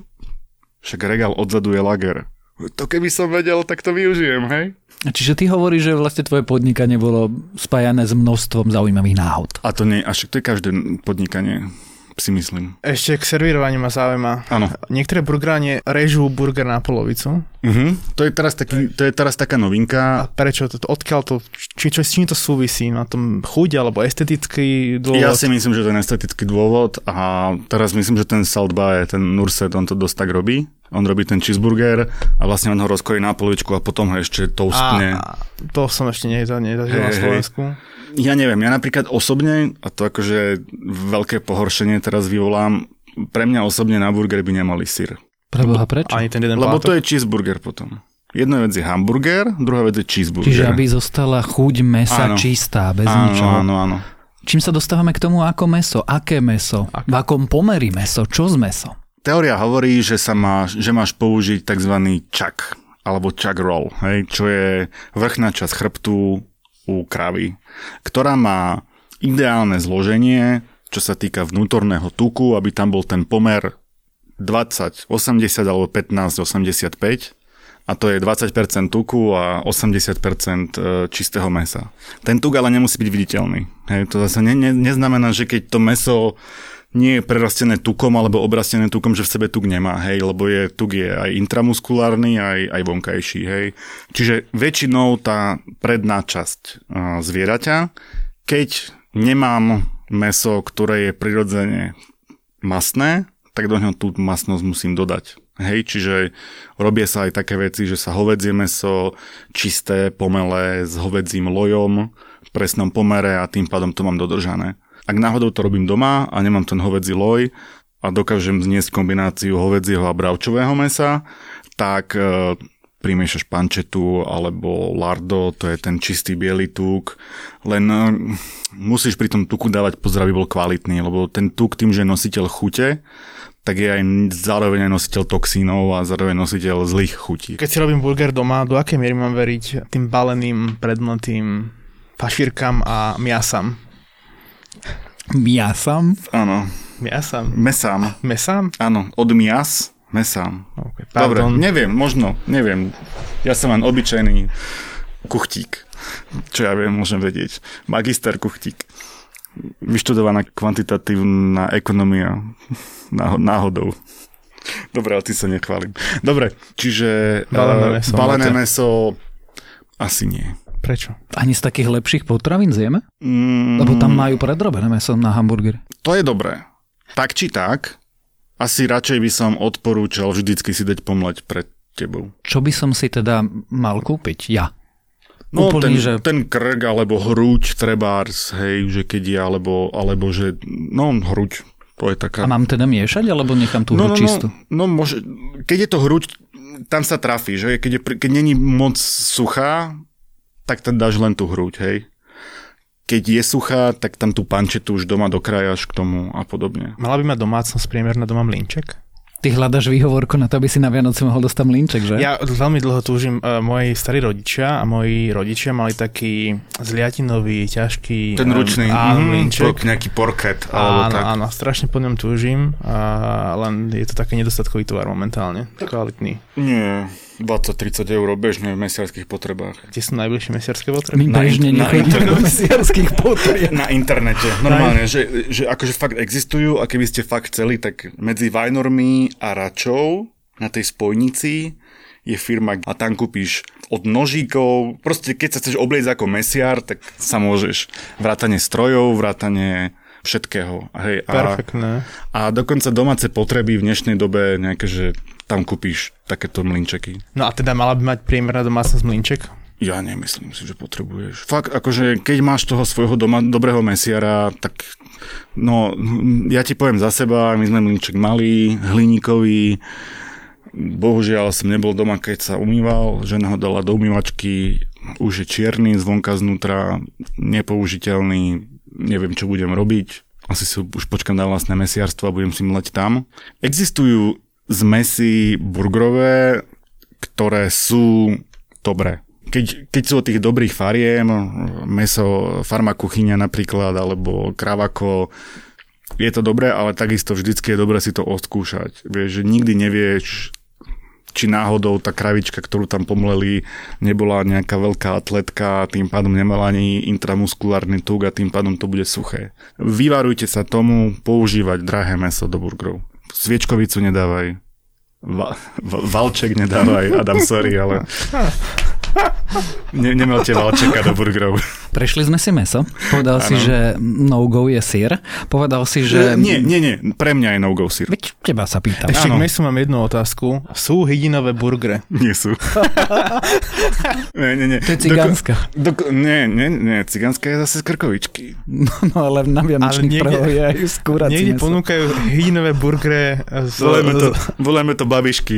Však Regal odzadu je Lager. To keby som vedel, tak to využijem, hej? Čiže ty hovoríš, že vlastne tvoje podnikanie bolo spájané s množstvom zaujímavých náhod. A to nie, až to je každé podnikanie, si myslím. Ešte k servírovaniu ma zaujíma. Áno. Niektoré burgeráne režú burger na polovicu. Uh-huh. To je teraz taký, to je teraz taká novinka. A prečo? To, odkiaľ to, či, čo, s čím to súvisí? Na tom chuť alebo estetický dôvod? Ja si myslím, že to je estetický dôvod a teraz myslím, že ten Salt Bae, ten Nurset, on to dosť tak robí. On robí ten cheeseburger a vlastne on ho rozkojí na polovičku a potom ho ešte toastne. A to som ešte nezažil na Slovensku. Ja neviem, ja napríklad osobne, a to akože veľké pohoršenie teraz vyvolám, pre mňa osobne na burger by nemali syr. Preboha, prečo? Ani ten jeden Lebo plátok? to je cheeseburger potom. Jedna vec je hamburger, druhá vec je cheeseburger. Čiže aby zostala chuť mesa áno. čistá, bez áno, ničoho. Áno, áno. Čím sa dostávame k tomu, ako meso? Aké meso? Ako? V akom pomeri meso? Čo z meso? Teória hovorí, že, sa máš, že máš použiť tzv. Chuck, alebo chuck roll, hej, čo je vrchná časť chrbtu u kravy, ktorá má ideálne zloženie, čo sa týka vnútorného tuku, aby tam bol ten pomer dvadsať osemdesiat alebo pätnásť osemdesiatpäť a to je dvadsať percent tuku a osemdesiat percent čistého mesa. Ten tuk ale nemusí byť viditeľný. Hej, to zase ne, ne, neznamená, že keď to meso nie je prerastené tukom alebo obrastené tukom, že v sebe tuk nemá, hej, lebo je, tuk je aj intramuskulárny, aj, aj vonkajší, hej. Čiže väčšinou tá predná časť uh, zvieraťa, keď nemám mäso, ktoré je prirodzene masné, tak do ňoho tú masnosť musím dodať. Hej, čiže robia sa aj také veci, že sa hovädzie mäso čisté, pomelé, s hovädzím lojom v presnom pomere a tým pádom to mám dodržané. Ak náhodou to robím doma a nemám ten hovädzí loj a dokážem zniesť kombináciu hovädzieho a bravčového mäsa, tak e, primiešaš pančetu alebo lardo, to je ten čistý biely tuk, len e, musíš pri tom tuku dávať pozor, aby bol kvalitný, lebo ten tuk tým, že je nositeľ chute, tak je aj zároveň aj nositeľ toxínov a zároveň nositeľ zlých chutí. Keď si robím burger doma, do akej miery mám veriť tým baleným, predmletým fašírkam a miasam? Miasam? Áno. Miasam? Mesám. Mesám? Áno, od mias, mesám. Okay, dobre, neviem, možno, neviem. Ja som len obyčajný kuchtík. Čo ja viem, môžem vedieť. Magister kuchtík. Vyštudovaná kvantitatívna ekonomia náhodou. Dobre, ale ty sa nechválim. Dobre, čiže balené meso, balené meso asi nie. Prečo? Ani z takých lepších potravín zjeme? Mm, Lebo tam majú predrobené meso na hamburger. To je dobré. Tak či tak, asi radšej by som odporúčal vždycky si dať pomleť pred tebou. Čo by som si teda mal kúpiť? Ja. No úplný, ten, že... ten krk alebo hruď trebárs, hej, že keď je, alebo, alebo že, no hruď, to je taká... A mám teda miešať, alebo nechám tú no, hruď no, čistú? No, no môže, keď je to hruď, tam sa trafí, že keď, je, keď není moc suchá, tak tam dáš len tú hruď, hej. Keď je suchá, tak tam tú pančetu už doma dokrájaš k tomu a podobne. Mala by mať domácnosť priemerná doma mlynček? Ty hľadaš výhovorku na to, aby si na Vianoce mohol dostať mlynček, že? Ja veľmi dlho túžim, uh, moji starí rodičia a moji rodičia mali taký zliatinový, ťažký ten ručný, um, áno, mm, mlynček. Nejaký porket. Alebo áno, tak. áno, strašne po ňom túžim, a len je to taký nedostatkový tovar momentálne, kvalitný. Nie, dvadsať tridsať eur bežne v mesiarských potrebách. Kde sú najbližšie mesiarské potreby? My bežne nechodíme do mesiarských potrieb. Na internete, normálne, že, že akože fakt existujú a keby ste fakt chceli, tak medzi Vajnormi a Račou na tej spojnici je firma a tam kúpiš od nožíkov, proste keď sa chceš obliecť ako mesiar, tak sa môžeš vrátane strojov, vrátane všetkého. Hej, a, perfektné. A dokonca domáce potreby v dnešnej dobe nejaké, že tam kúpiš takéto mlynčeky. No a teda mala by mať priemerná domácnosť mlynček? Ja nemyslím si, že potrebuješ. Fakt, akože keď máš toho svojho doma, dobrého mesiara, tak no, ja ti poviem za seba, my sme mlynček malý, hliníkový, bohužiaľ som nebol doma, keď sa umýval, žena ho dala do umývačky, už je čierny, zvonka znútra, nepoužiteľný, neviem, čo budem robiť, asi si už počkam na vlastné mesiarstvo a budem si mlať tam. Existujú zmesy burgerové, ktoré sú dobré. Keď, keď sú od tých dobrých fariem, meso, farma kuchyňa napríklad, alebo kravako, je to dobré, ale takisto vždycky je dobré si to odskúšať. Vieš, že nikdy nevieš, či náhodou tá kravička, ktorú tam pomleli, nebola nejaká veľká atletka, tým pádom nemala ani intramuskulárny tuk a tým pádom to bude suché. Vyvarujte sa tomu používať drahé mäso do burgerov. Sviečkovicu nedávaj. Va- va- valček nedávaj. Adam, sorry, ale... Ne, nemelte valčeka do burgerov. Prešli sme si mäso. Povedal ano. si, že no-go je syr. Povedal si, že... Nie, nie, nie. Pre mňa je no-go syr. Veď teba sa pýtam. Ešte k mäsu mám jednu otázku. Sú hydinové burgery? Nie sú. nie, nie, nie. To je cigánska. Do, do, nie, nie, nie. Cigánska je zase z krkovičky. No, no ale na vianočných prhoch je aj z kurací niekde mäso. ponúkajú hydinové burgery z... Volajme to, volajme to babišky.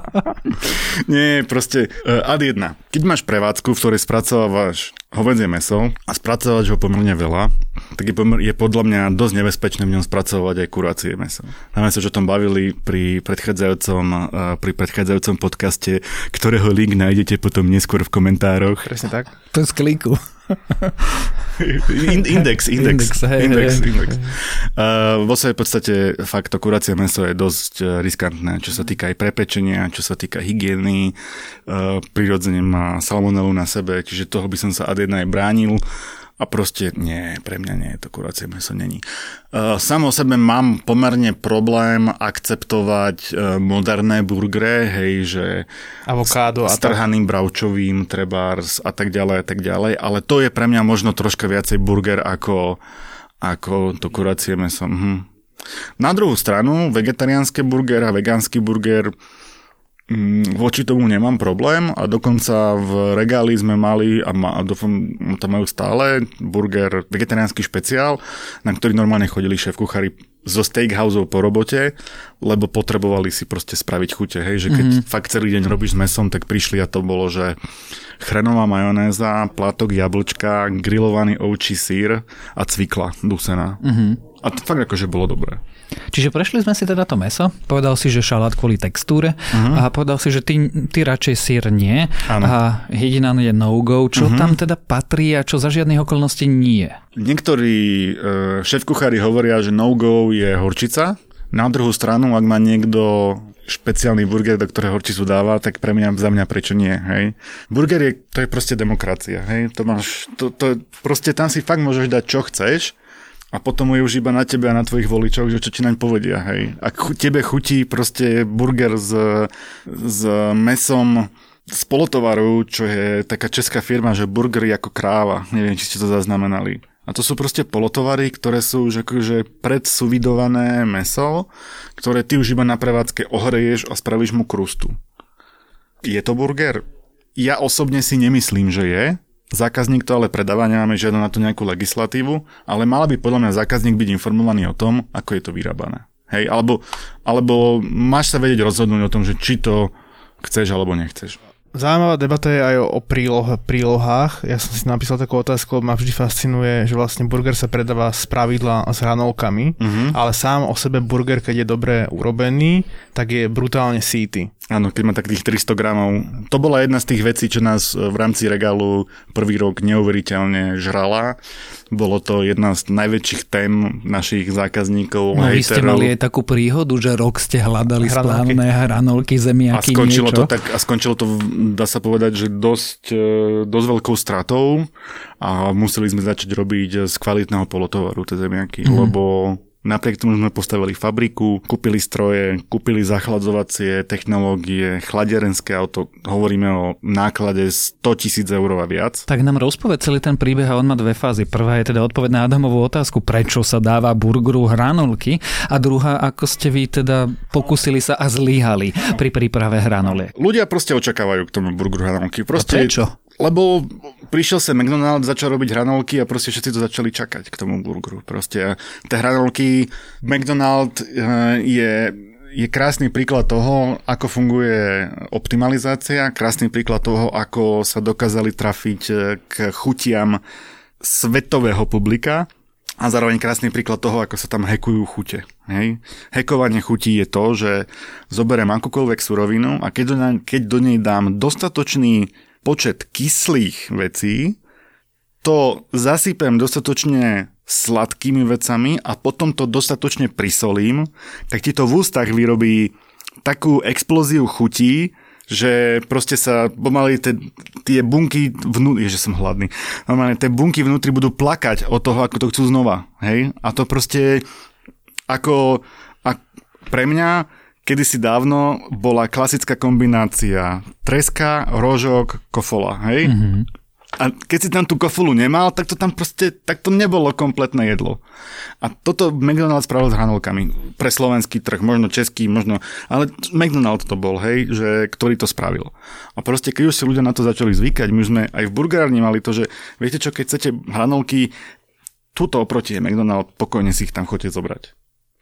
Nie, proste uh, ad jedna. Keď máš prevádzku, v ktorej spracovávaš hovädzie mäso a spracovávaš ho pomerne veľa, tak je, pomer, je podľa mňa dosť nebezpečné v ňom spracovať aj kurácie mäso. Máme sa už o tom bavili pri predchádzajúcom, uh, pri predchádzajúcom podcaste, ktorého link nájdete potom neskôr v komentároch. Presne tak. To je z kliku. Index, index, index, hej, index, hej. index. Uh, vo svojej podstate fakt to kuracie mäso je dosť riskantné, čo sa týka aj prepečenia, čo sa týka hygieny, uh, prirodzene má salmonelu na sebe, čiže toho by som sa ad jedna aj bránil. A proste nie, pre mňa nie, to kuracie mäso není. Uh, Sam o sebe mám pomerne problém akceptovať uh, moderné burgery, hej, že avokádo s trhaným bravčovým trebárs a tak ďalej a tak ďalej, ale to je pre mňa možno troška viacej burger ako, ako to kuracie mäso. Mhm. Na druhú stranu, vegetariánske burger a vegánsky burger, voči tomu nemám problém a dokonca v regáli sme mali a, ma, a dúfam, tam majú stále burger vegetariánsky špeciál, na ktorý normálne chodili šéfkuchári zo steakhouseov po robote, lebo potrebovali si proste spraviť chute, hej, že keď mm-hmm. fakt celý deň robíš s mäsom, tak prišli a to bolo, že chrenová majonéza, plátok jablčka, grillovaný ovčí sír a cvikla dusená. Mm-hmm. A to fakt akože bolo dobré. Čiže prešli sme si teda to mäso, povedal si, že šalát kvôli textúre uh-huh. a povedal si, že ty, ty radšej sír nie ano. A hydina je no-go. Čo uh-huh. tam teda patrí a čo za žiadnych okolností nie? Niektorí e, šéfkuchári hovoria, že no-go je horčica. Na druhú stranu, ak má niekto špeciálny burger, do ktorého horčicu dáva, tak pre mňa, za mňa prečo nie, hej. Burger je, to je proste demokracia, hej. To máš, to, to, proste tam si fakt môžeš dať, čo chceš. A potom je už iba na tebe a na tvojich voličoch, že čo ti naň povedia, hej. Ak tebe chutí proste burger s, s mesom z polotovaru, čo je taká česká firma, že burgery ako kráva. Neviem, či ste to zaznamenali. A to sú proste polotovary, ktoré sú už akože predsuvidované mäso, ktoré ty už iba na prevádzke ohreješ a spravíš mu krustu. Je to burger? Ja osobne si nemyslím, že je. Zákazník to ale predáva, nemáme žiadnu na to nejakú legislatívu, ale mal by podľa mňa zákazník byť informovaný o tom, ako je to vyrábané. Hej, alebo, alebo máš sa vedieť rozhodnúť o tom, že či to chceš alebo nechceš. Zaujímavá debata je aj o príloh, prílohách. Ja som si napísal takú otázku, ma vždy fascinuje, že vlastne burger sa predáva z pravidla s hranolkami, uh-huh. ale sám o sebe burger, keď je dobre urobený, tak je brutálne síty. Áno, keď má tak tých tristo gramov. To bola jedna z tých vecí, čo nás v rámci regálu prvý rok neuveriteľne žrala. Bolo to jedna z najväčších tém našich zákazníkov. No vy ste mali aj takú príhodu, že rok ste hľadali správne hranolky, zemiaky, a skončilo niečo. To tak, a skončilo to, dá sa povedať, že dosť, dosť veľkou stratou a museli sme začať robiť z kvalitného polotovaru tie zemiaky, mm. lebo napriek tomu sme postavili fabriku, kúpili stroje, kúpili zachladzovacie technológie, chladiarenské auto, hovoríme o náklade sto tisíc eur a viac. Tak nám rozpoveď celý ten príbeh a on má dve fázy. Prvá je teda odpoveď na Adamovú otázku, prečo sa dáva burgeru hranolky, a druhá, ako ste vy teda pokúsili sa a zlyhali pri príprave hranoliek. Ľudia proste očakávajú k tomu burgeru hranolky. Proste, a prečo? Lebo prišiel sa McDonald's, začal robiť hranolky a proste všetci to začali čakať k tomu burgeru. Proste tie hranolky, McDonald's je, je krásny príklad toho, ako funguje optimalizácia, krásny príklad toho, ako sa dokázali trafiť k chutiam svetového publika a zároveň krásny príklad toho, ako sa tam hackujú chute. Hej? Hackovanie chutí je to, že zoberiem akúkoľvek surovinu a keď do, nej, keď do nej dám dostatočný počet kyslých vecí, to zasypem dostatočne sladkými vecami a potom to dostatočne prisolím, tak ti to v ústach vyrobí takú explóziu chutí, že proste sa pomaly tie, tie bunky vnútri, že som hladný, pomaly tie bunky vnútri budú plakať od toho, ako to chcú znova. Hej? A to proste ako a pre mňa kedysi dávno bola klasická kombinácia treska, rožok, kofola, hej? Mm-hmm. A keď si tam tú kofolu nemal, tak to tam proste, tak to nebolo kompletné jedlo. A toto McDonald's spravil s hranolkami. Pre slovenský trh, možno český, možno, ale McDonald's to bol, hej, že, ktorý to spravil. A proste, keď už si ľudia na to začali zvykať, my už sme aj v burgerárni mali to, že viete čo, keď chcete hranolky, tuto oproti je McDonald's, pokojne si ich tam chodite zobrať.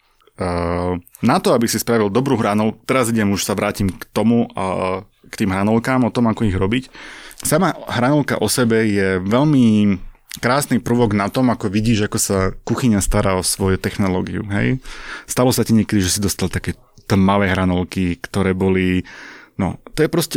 Uh, na to, aby si spravil dobrú hranolku, teraz idem, už sa vrátim k tomu, uh, k tým hranolkám, o tom, ako ich robiť. Sama hranolka o sebe je veľmi krásny prvok na tom, ako vidíš, ako sa kuchyňa stará o svoju technológiu. Hej? Stalo sa ti niekedy, že si dostal také tmavé hranolky, ktoré boli, no, to je proste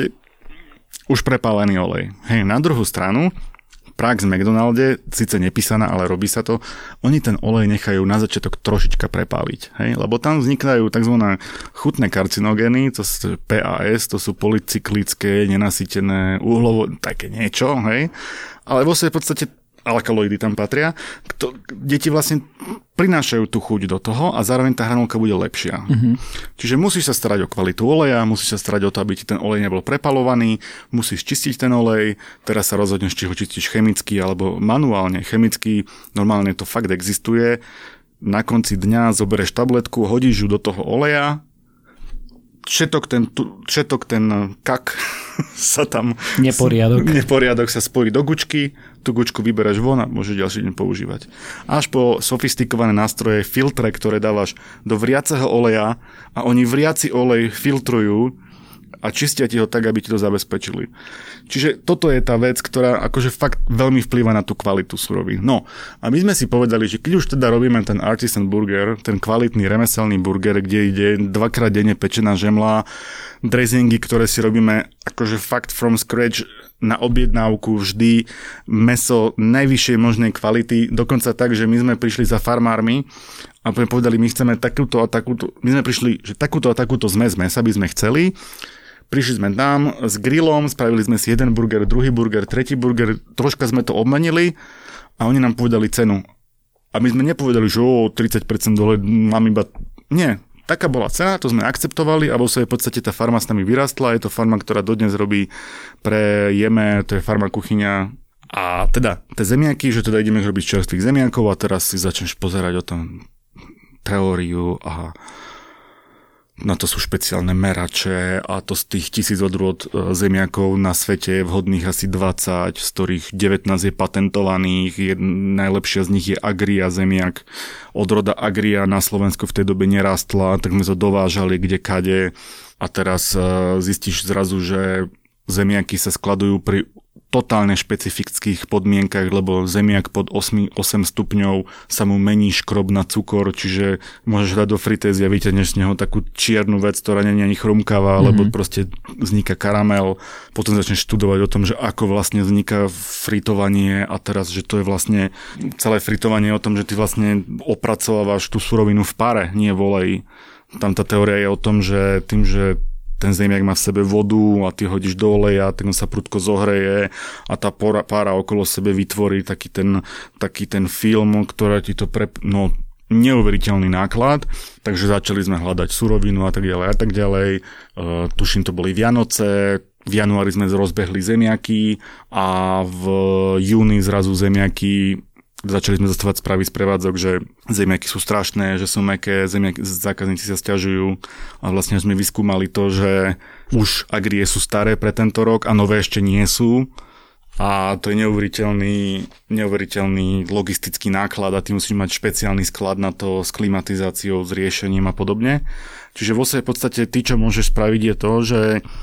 už prepálený olej. Hej, na druhú stranu, prax v McDonalde, síce nepísaná, ale robí sa to, oni ten olej nechajú na začiatok trošička prepáliť, hej? Lebo tam vznikajú tzv. Chutné karcinogény, to sú pé á es, to sú polycyklické, nenasýtené uhlovo, také niečo, hej? Ale vo svojej podstate alkaloidy tam patria, kto, deti vlastne prinášajú tú chuť do toho a zároveň tá hranolka bude lepšia. Mm-hmm. Čiže musíš sa starať o kvalitu oleja, musíš sa starať o to, aby ti ten olej nebol prepalovaný, musíš čistiť ten olej, teraz sa rozhodneš, či ho čistíš chemicky alebo manuálne. Chemicky normálne to fakt existuje. Na konci dňa zoberieš tabletku, hodíš ju do toho oleja, všetok ten, všetok ten kak sa tam... Neporiadok. Neporiadok sa spojí do gučky, tú gučku vyberáš von a môžeš ďalší deň používať. Až po sofistikované nástroje, filtre, ktoré dávaš do vriaceho oleja a oni vriaci olej filtrujú a čistia ti ho tak, aby ti to zabezpečili. Čiže toto je tá vec, ktorá akože fakt veľmi vplýva na tú kvalitu surovín. No a my sme si povedali, že keď už teda robíme ten artisan burger, ten kvalitný remeselný burger, kde ide dvakrát denne pečená žemla, dressingy, ktoré si robíme akože fakt from scratch na objednávku vždy, mäso najvyššej možnej kvality, dokonca tak, že my sme prišli za farmármi a povedali, my chceme takúto a takúto, my sme prišli, že takúto a takúto zmes mäsa by sme chceli. Prišli sme tam s grillom, spravili sme si jeden burger, druhý burger, tretí burger, troška sme to obmenili a oni nám povedali cenu. A my sme nepovedali, že o tridsať percent dole mám iba... Nie, taká bola cena, to sme akceptovali a vo svojej podstate tá farma s nami vyrastla. Je to farma, ktorá dodnes robí pre jeme, to je farma kuchyňa. A teda tie zemiaky, že teda ideme robiť čerstvých zemiakov a teraz si začneš pozerať o tom teóriu a na to sú špeciálne merače a to z tých tisíc odrôd zemiakov na svete je vhodných asi dvadsať, z ktorých devätnásť je patentovaných, je, najlepšia z nich je Agria zemiak. Odroda Agria na Slovensku v tej dobe nerastla, tak sme to dovážali kde kade a teraz zistíš zrazu, že zemiaky sa skladujú pri totálne špecifických podmienkach, lebo zemiak pod osem, osem stupňov sa mu mení škrob na cukor, čiže môžeš dať do fritézy a vyťahneš z neho takú čiernu vec, ktorá nie je ani chrumkavá, mm-hmm. lebo proste vzniká karamel. Potom začneš študovať o tom, že ako vlastne vzniká fritovanie a teraz, že to je vlastne celé fritovanie o tom, že ty vlastne opracovávaš tú surovinu v pare, nie v oleji. Tam tá teória je o tom, že tým, že ten zemiak má v sebe vodu a ty hodíš do oleja, tak on sa prudko zohreje a tá pára okolo sebe vytvorí taký ten, taký ten film, ktorý ti to pre... No, neuveriteľný náklad, takže začali sme hľadať surovinu a tak ďalej a tak ďalej. Uh, tuším, to boli Vianoce, v januári sme rozbehli zemiaky a v júni zrazu zemiaky začali sme zastávať správy z prevádzok, že zemiaky sú strašné, že sú mäkké, zemiaky, zákazníci sa sťažujú a vlastne sme vyskúmali to, že už Agrie sú staré pre tento rok a nové ešte nie sú a to je neuveriteľný, neuveriteľný logistický náklad a ty musíš mať špeciálny sklad na to s klimatizáciou, s riešením a podobne. Čiže vo svojej podstate ty, čo môžeš spraviť je to, že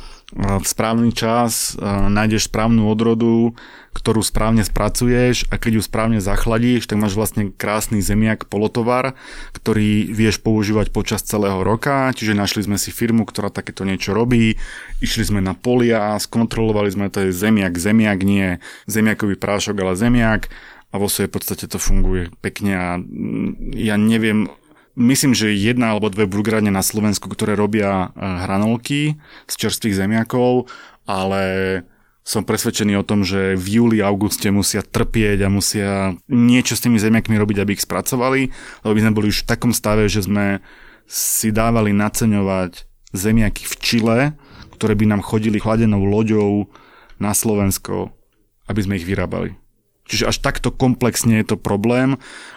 v správny čas nájdeš správnu odrodu, ktorú správne spracuješ a keď ju správne zachladíš, tak máš vlastne krásny zemiak polotovar, ktorý vieš používať počas celého roka. Čiže našli sme si firmu, ktorá takéto niečo robí, išli sme na polia, skontrolovali sme, to je zemiak, zemiak nie zemiakový prášok, ale zemiak a vo svojej podstate to funguje pekne a ja neviem. Myslím, že jedna alebo dve burgerárne na Slovensku, ktoré robia hranolky z čerstvých zemiakov, ale som presvedčený o tom, že v júli, auguste musia trpieť a musia niečo s tými zemiakmi robiť, aby ich spracovali, lebo by sme boli už v takom stave, že sme si dávali naceňovať zemiaky v Čile, ktoré by nám chodili chladenou loďou na Slovensko, aby sme ich vyrábali. Čiže až takto komplexne je to problém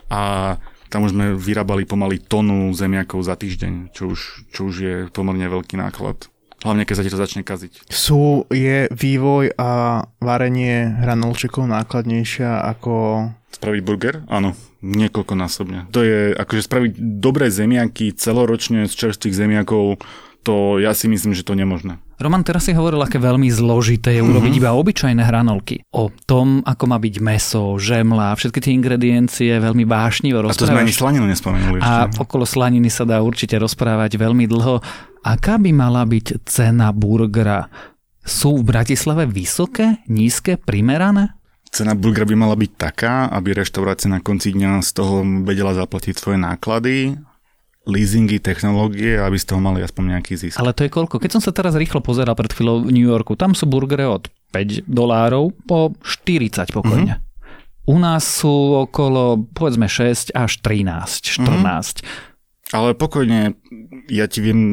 a tam už sme vyrábali pomaly tonu zemiakov za týždeň, čo už, čo už je pomerne veľký náklad. Hlavne, keď sa ti to začne kaziť. Sú, je vývoj a varenie hranolčekov nákladnejšia ako... Spraviť burger? Áno, niekoľkonásobne. To je, akože spraviť dobré zemiaky celoročne z čerstvých zemiakov, to ja si myslím, že to je nemožné. Roman, teraz si hovoril, aké veľmi zložité je urobiť mm-hmm. iba obyčajné hranolky. O tom, ako má byť mäso, žemla, všetky tie ingrediencie veľmi vášnivo rozprávaš. A to sme ani slaninu nespomenuli. A ešte. okolo slaniny sa dá určite rozprávať veľmi dlho. Aká by mala byť cena burgera? Sú v Bratislave vysoké, nízke, primerané? Cena burgera by mala byť taká, aby reštaurácia na konci dňa z toho vedela zaplatiť svoje náklady, leasingy, technológie, aby z toho mali aspoň nejaký zisk. Ale to je koľko? Keď som sa teraz rýchlo pozeral pred chvíľou v New Yorku, tam sú burgery od päť dolárov po štyridsať pokojne. Mm-hmm. U nás sú okolo, povedzme, šesť až trinásť, štrnásť. Mm-hmm. Ale pokojne, ja ti viem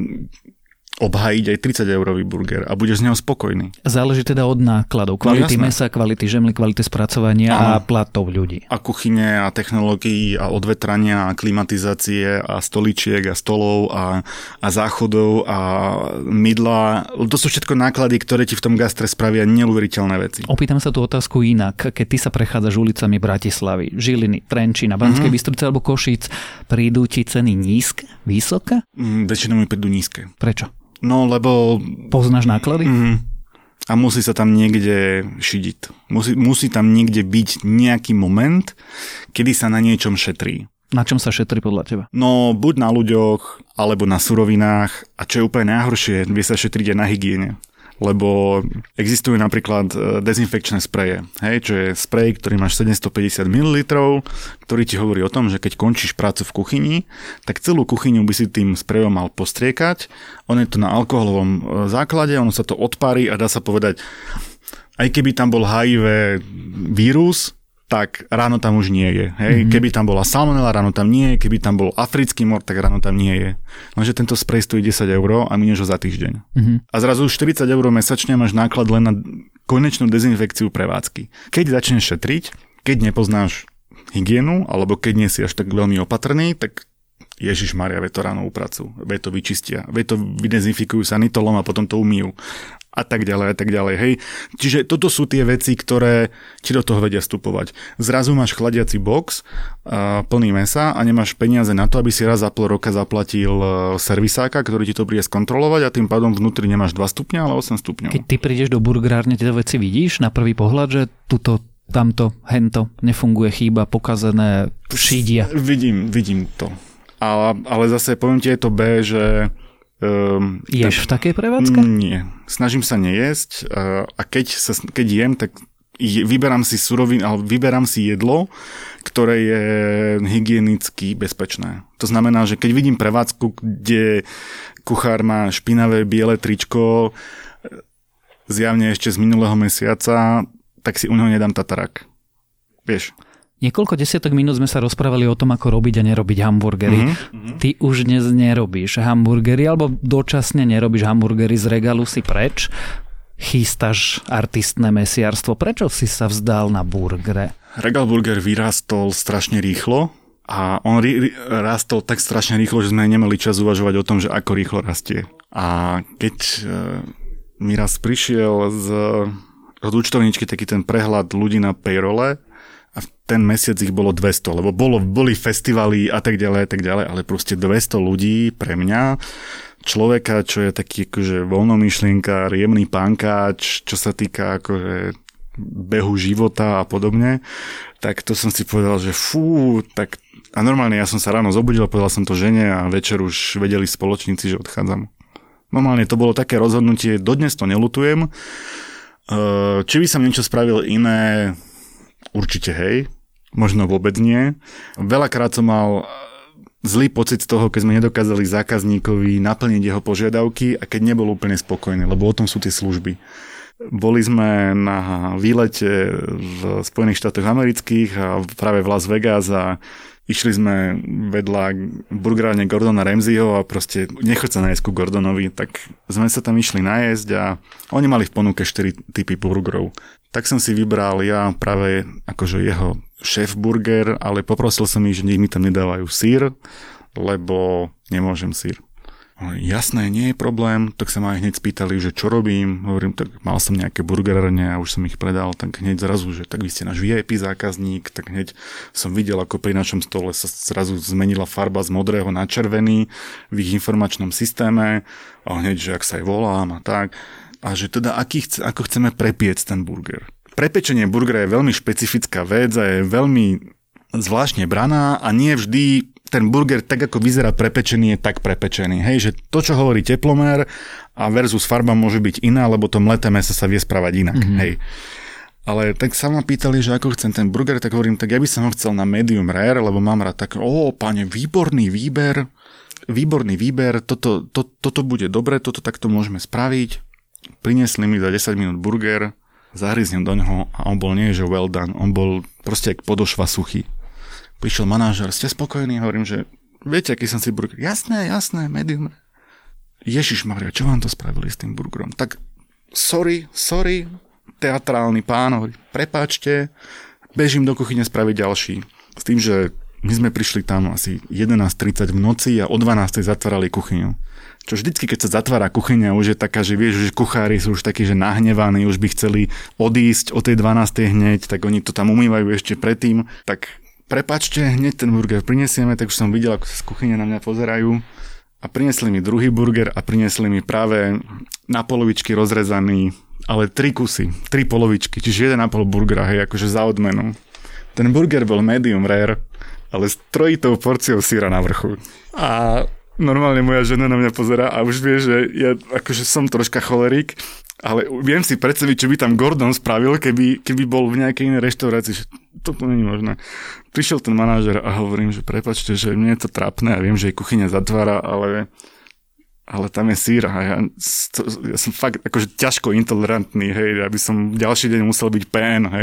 obhájiť aj tridsať eurový burger a budeš z neho spokojný. Záleží teda od nákladov, kvality no, mesa, kvality žemly, kvality spracovania Aha. a platov ľudí. A kuchyne a technológií a odvetrania a klimatizácie a stoličiek a stolov a, a záchodov a mydla. To sú všetko náklady, ktoré ti v tom gastre spravia neuveriteľné veci. Opýtam sa tú otázku inak. Keď ty sa prechádzaš ulicami Bratislavy, Žiliny, Trenčína, Banskej mm-hmm. Bystrice alebo Košíc, prídu ti ceny nízke, vysoké? Mm, väčšinou mi prídu nízke. Prečo? No, lebo... Poznáš náklady? Mm-hmm. A musí sa tam niekde šidiť. Musí, musí tam niekde byť nejaký moment, kedy sa na niečom šetrí. Na čom sa šetrí podľa teba? No, buď na ľuďoch, alebo na surovinách. A čo je úplne najhoršie, vie sa šetriť aj na hygiene. Lebo existujú napríklad dezinfekčné spreje, hej, čo je sprej, ktorý máš sedemstopäťdesiat mililitrov, ktorý ti hovorí o tom, že keď končíš prácu v kuchyni, tak celú kuchyňu by si tým sprejom mal postriekať. On je to na alkoholovom základe, ono sa to odparí a dá sa povedať, aj keby tam bol há í vé vírus, tak ráno tam už nie je. Hej? Mm-hmm. Keby tam bola salmonela, ráno tam nie je. Keby tam bol africký mor, tak ráno tam nie je. Lenže tento sprej stojí desať eur a minieš ho za týždeň. Mm-hmm. A zrazu štyridsať eur mesačne máš náklad len na konečnú dezinfekciu prevádzky. Keď začneš šetriť, keď nepoznáš hygienu, alebo keď nie si až tak veľmi opatrný, tak Ježiš Maria, veď to ráno upracujú, veď to vyčistia, veď to vydezifikujú sanitolom a potom to umýjú. A tak ďalej, a tak ďalej, hej. Čiže toto sú tie veci, ktoré ti do toho vedia vstupovať. Zrazu máš chladiaci box uh, plný mesa a nemáš peniaze na to, aby si raz za pol roka zaplatil uh, servisáka, ktorý ti to príde skontrolovať a tým pádom vnútri nemáš dva stupňa, ale osem stupňov. Keď ty prídeš do burgerárne, tieto veci vidíš na prvý pohľad, že tuto, tamto, hento, nefunguje, chýba, pokazené, šídia. Vidím, vidím to. Ale, ale zase poviem ti aj to B, že Um, Ješ tak, v takej prevádzke? Nie. Snažím sa nejesť uh, a keď, sa, keď jem, tak je, vyberám si suroviny, ale vyberám si jedlo, ktoré je hygienicky bezpečné. To znamená, že keď vidím prevádzku, kde kuchár má špinavé biele tričko, zjavne ešte z minulého mesiaca, tak si u neho nedám tatarak. Vieš? Niekoľko desiatok minút sme sa rozprávali o tom, ako robiť a nerobiť hamburgery. Mm-hmm. Ty už dnes nerobíš hamburgery, alebo dočasne nerobíš hamburgery, z regálu si preč, chystáš artistné mesiarstvo. Prečo si sa vzdal na burgere? Regal Burger vyrastol strašne rýchlo a on ri- rastol tak strašne rýchlo, že sme nemali čas uvažovať o tom, že ako rýchlo rastie. A keď e, mi raz prišiel z, od účtovničky taký ten prehľad ľudí na payrole, a v ten mesiac ich bolo dvesto, lebo bolo, boli festivaly a tak ďalej, a tak ďalej, ale proste dvesto ľudí pre mňa, človeka, čo je taký akože voľnomyšlienkár, jemný pánkač, čo sa týka akože behu života a podobne, tak to som si povedal, že fú, tak a normálne ja som sa ráno zobudil, povedal som to žene a večer už vedeli spoločníci, že odchádzam. Normálne to bolo také rozhodnutie, dodnes to neľutujem. Či by som niečo spravil iné, určite hej, možno vôbec nie. Veľakrát som mal zlý pocit z toho, keď sme nedokázali zákazníkovi naplniť jeho požiadavky a keď nebol úplne spokojný, lebo o tom sú tie služby. Boli sme na výlete v Spojených štátoch amerických a práve v Las Vegas a išli sme vedľa burgerárne Gordona Ramsayho a proste nechoď sa nájsť ku Gordonovi, tak sme sa tam išli najesť a oni mali v ponuke štyri typy burgerov. Tak som si vybral ja práve akože jeho šéf burger, ale poprosil som ich, že nech mi tam nedávajú sír, lebo nemôžem sír. Jasné, nie je problém, tak sa ma aj hneď spýtali, že čo robím, hovorím, tak mal som nejaké burgerárne a už som ich predal, tak hneď zrazu, že tak vy ste náš vé í pé zákazník, tak hneď som videl, ako pri našom stole sa zrazu zmenila farba z modrého na červený v ich informačnom systéme a hneď, že ak sa aj volám a tak. A že teda aký chce, ako chceme prepiec ten burger. Prepečenie burgera je veľmi špecifická vec a je veľmi zvláštne braná a nie vždy ten burger tak ako vyzerá prepečený je tak prepečený. Hej, že to, čo hovorí teplomer a versus farba môže byť iná, lebo to mleté mäso sa vie správať inak. Mm-hmm. Hej. Ale tak sa ma pýtali, že ako chcem ten burger, tak hovorím, tak ja by som ho chcel na medium rare, lebo mám rád tak, ó, pane, výborný výber, výborný výber, toto, to, toto bude dobre, toto takto môžeme spraviť. Priniesli mi za desať minút burger, zahryznem do ňoho a on bol nie, že well done, on bol proste jak podošva suchý. Prišiel manažer, ste spokojní? Hovorím, že viete, aký som si burger? Jasné, jasné, medium. Ježišmaria, čo vám to spravili s tým burgerom? Tak sorry, sorry, teatrálny pán, hovorí, prepáčte, bežím do kuchyne spraviť ďalší. S tým, že my sme prišli tam asi jedenásť tridsať v noci a o dvanástej zatvárali kuchyňu. Čo vždycky, keď sa zatvára kuchyňa, už je taká, že vieš, že kuchári sú už takí, že nahnevaní, už by chceli odísť o tej dvanástej hneď, tak oni to tam umývajú ešte predtým. Tak prepáčte, hneď ten burger prinesieme, tak už som videl, ako sa z kuchyne na mňa pozerajú. A priniesli mi druhý burger a priniesli mi práve na polovičky rozrezaný, ale tri kusy, tri polovičky, čiže jeden a pol burgera, hej, akože za odmenu. Ten burger bol medium rare, ale s trojitou porciou syra na vrchu. A normálne moja žena na mňa pozerá a už vie, že ja akože som troška cholerik, ale viem si predstaviť, čo by tam Gordon spravil, keby, keby bol v nejakej inej reštaurácii. Že to nie je možné. Prišiel ten manažer a hovorím, že prepáčte, že mne je to trápne a viem, že jej kuchyňa zatvára, ale, ale tam je sír a ja, to, ja som fakt akože ťažko intolerantný, hej, aby som ďalší deň musel byť pén, hej.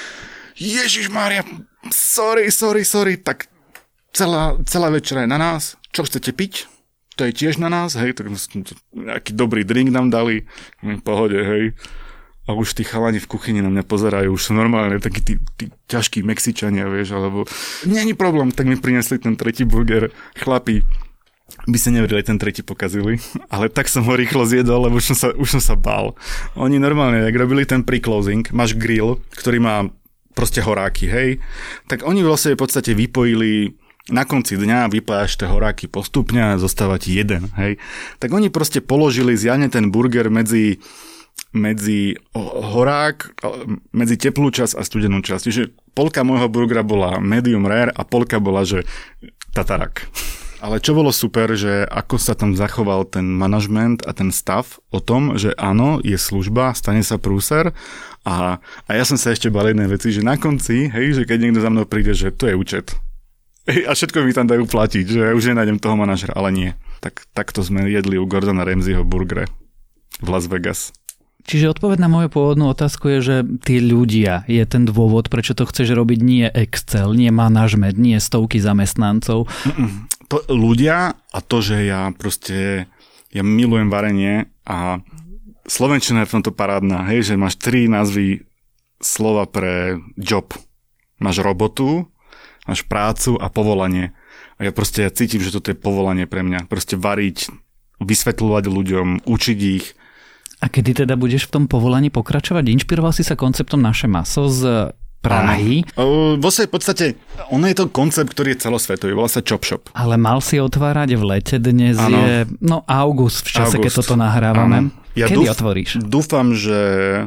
Ježišmária, sorry, sorry, sorry, tak celá, celá večera je na nás. Čo chcete piť? To je tiež na nás, hej, tak nejaký dobrý drink nám dali, v pohode, hej. a už tí chalani v kuchyni na mňa pozerajú, už sú normálne takí tí, tí ťažkí Mexičania, vieš, alebo není problém, tak mi prinesli ten tretí burger. Chlapi by sa neverili, ten tretí pokazili, ale tak som ho rýchlo zjedol, lebo už som sa, už som sa bál. Oni normálne, jak robili ten pre-closing, máš grill, ktorý má proste horáky, hej, tak oni vlastne v podstate vypojili na konci dňa, vypájaš tie horáky postupne a zostáva ti jeden, hej. Tak oni proste položili zjavne ten burger medzi medzi horák, medzi teplú časť a studenú časť. Čiže polka môjho burgera bola medium rare a polka bola, že tatarak. Ale čo bolo super, že ako sa tam zachoval ten manažment a ten stav o tom, že áno, je služba, stane sa prúser a, a ja som sa ešte bal jednej veci, že na konci, hej, že keď niekto za mnou príde, že to je účet. Hej, a všetko mi tam dajú platiť, že ja už nenájdem toho manažera, ale nie. Tak, takto sme jedli u Gordona Ramsayho burgere v Las Vegas. Čiže odpoveď na moju pôvodnú otázku je, že tí ľudia je ten dôvod, prečo to chceš robiť, nie Excel, nie manažment, nie stovky zamestnancov. To ľudia a to, že ja proste, ja milujem varenie a slovenčina je v tomto parádna, hej, že máš tri názvy slova pre job. Máš robotu, máš prácu a povolanie. A ja proste ja cítim, že toto je povolanie pre mňa. Proste variť, vysvetľovať ľuďom, učiť ich. A kedy teda budeš v tom povolaní pokračovať? Inšpiroval si sa konceptom Naše maso z Prahy? O, vo svojej podstate, ono je to koncept, ktorý je celosvetový, volá sa Chop Shop. Ale mal si otvárať v lete, dnes ano. Je no august, v čase, august. Keď toto nahrávame. Ja kedy dúf, otvoríš? Dúfam, že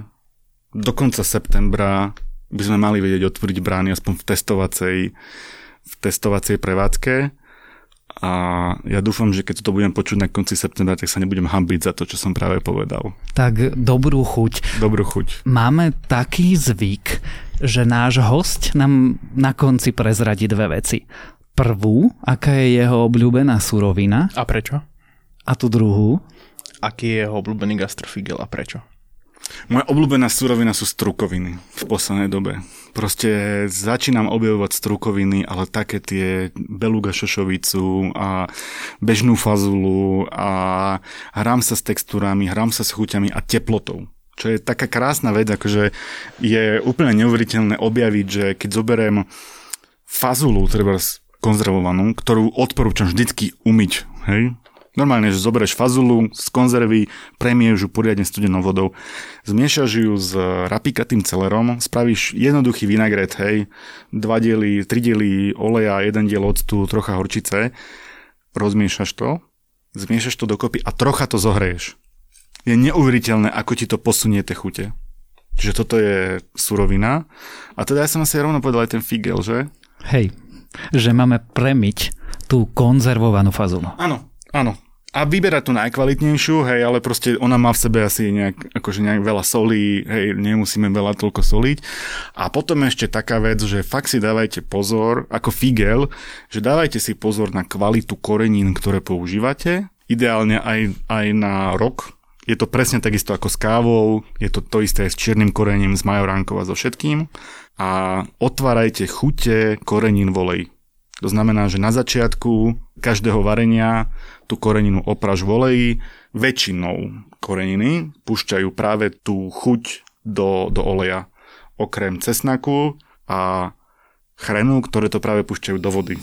do konca septembra by sme mali vedieť otvoriť brány aspoň v testovacej, v testovacej prevádzke. A ja dúfam, že keď to budem počuť na konci septembra, tak sa nebudem hanbiť za to, čo som práve povedal. Tak dobrú chuť. Dobrú chuť. Máme taký zvyk, že náš hosť nám na konci prezradí dve veci. Prvú, aká je jeho obľúbená surovina. A prečo? A tú druhú. Aký je jeho obľúbený gastrofigel a prečo? Moja obľúbená surovina sú strukoviny v poslednej dobe. Proste začínam objavovať strukoviny, ale také tie beluga šošovicu a bežnú fazulu a hrám sa s textúrami, hrám sa s chuťami a teplotou. Čo je taká krásna vec, akože je úplne neuveriteľné objaviť, že keď zoberiem fazulu, treba konzervovanú, ktorú odporúčam vždycky umyť, hej? Normálne, že zoberieš fazulu z konzervy, premieš ju poriadne studenou vodou, zmiešaš ju s rapikatým celerom, spravíš jednoduchý vinagret, hej, dva diely, tri diely oleja, jeden diel octu, trocha horčice, rozmiešaš to, zmiešaš to dokopy a trocha to zohreješ. Je neuveriteľné, ako ti to posunie tie chute. Čiže toto je surovina. A teda ja som asi rovno povedal aj ten figel, že? Hej, že máme premiť tú konzervovanú fazulu. Áno. Áno. A vyberať tú najkvalitnejšiu, hej, ale proste ona má v sebe asi nejak, akože nejak veľa solí, hej, nemusíme veľa toľko soliť. A potom ešte taká vec, že fakt si dávajte pozor, ako figel, že dávajte si pozor na kvalitu korenín, ktoré používate, ideálne aj, aj na rok. Je to presne takisto ako s kávou, je to to isté aj s čiernym korením, s majoránkou a so všetkým. A otvárajte chute korenín v oleji. To znamená, že na začiatku každého varenia tú koreninu opráš v oleji. Väčšinou koreniny púšťajú práve tú chuť do, do oleja. Okrem cesnaku a chrenu, ktoré to práve púšťajú do vody.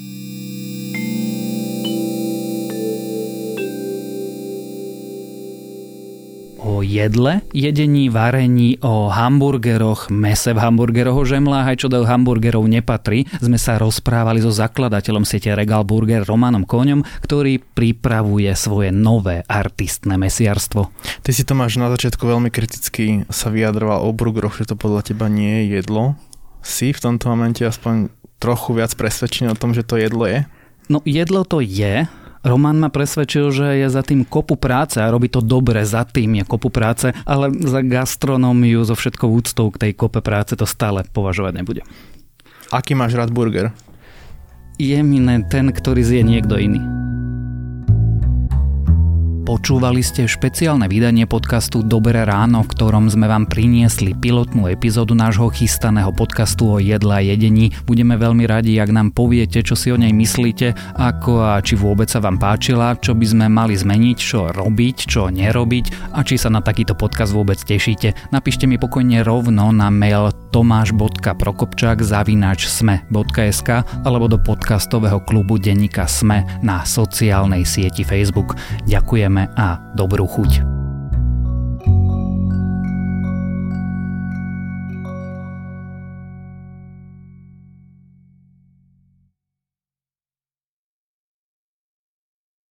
O jedle, jedení, varení, o hamburgeroch, mese v hamburgeroch, o žemlách, aj čo do hamburgerov nepatrí, sme sa rozprávali so zakladateľom siete Regal Burger Romanom Koňom, ktorý pripravuje svoje nové artistné mesiarstvo. Ty si to máš na začiatku veľmi kriticky sa vyjadroval o burgeroch, že to podľa teba nie je jedlo. Si v tomto momente aspoň trochu viac presvedčený o tom, že to jedlo je? No jedlo to je. Roman ma presvedčil, že je za tým kopu práce a robí to dobre, za tým je kopu práce, ale za gastronómiu so všetkou úctou k tej kope práce to stále považovať nebude. Aký máš rád burger? Je mi ten, ktorý zje niekto iný. Počúvali ste špeciálne vydanie podcastu Dobré ráno, v ktorom sme vám priniesli pilotnú epizódu nášho chystaného podcastu o jedle a jedení. Budeme veľmi radi, ak nám poviete, čo si o nej myslíte, ako a či vôbec sa vám páčila, čo by sme mali zmeniť, čo robiť, čo nerobiť a či sa na takýto podcast vôbec tešíte. Napíšte mi pokojne rovno na mail tomáš bodka prokopčák zavináč sme bodka es ká alebo do podcastového klubu denníka SME na sociálnej sieti Facebook. Ďakujeme a dobrú chuť.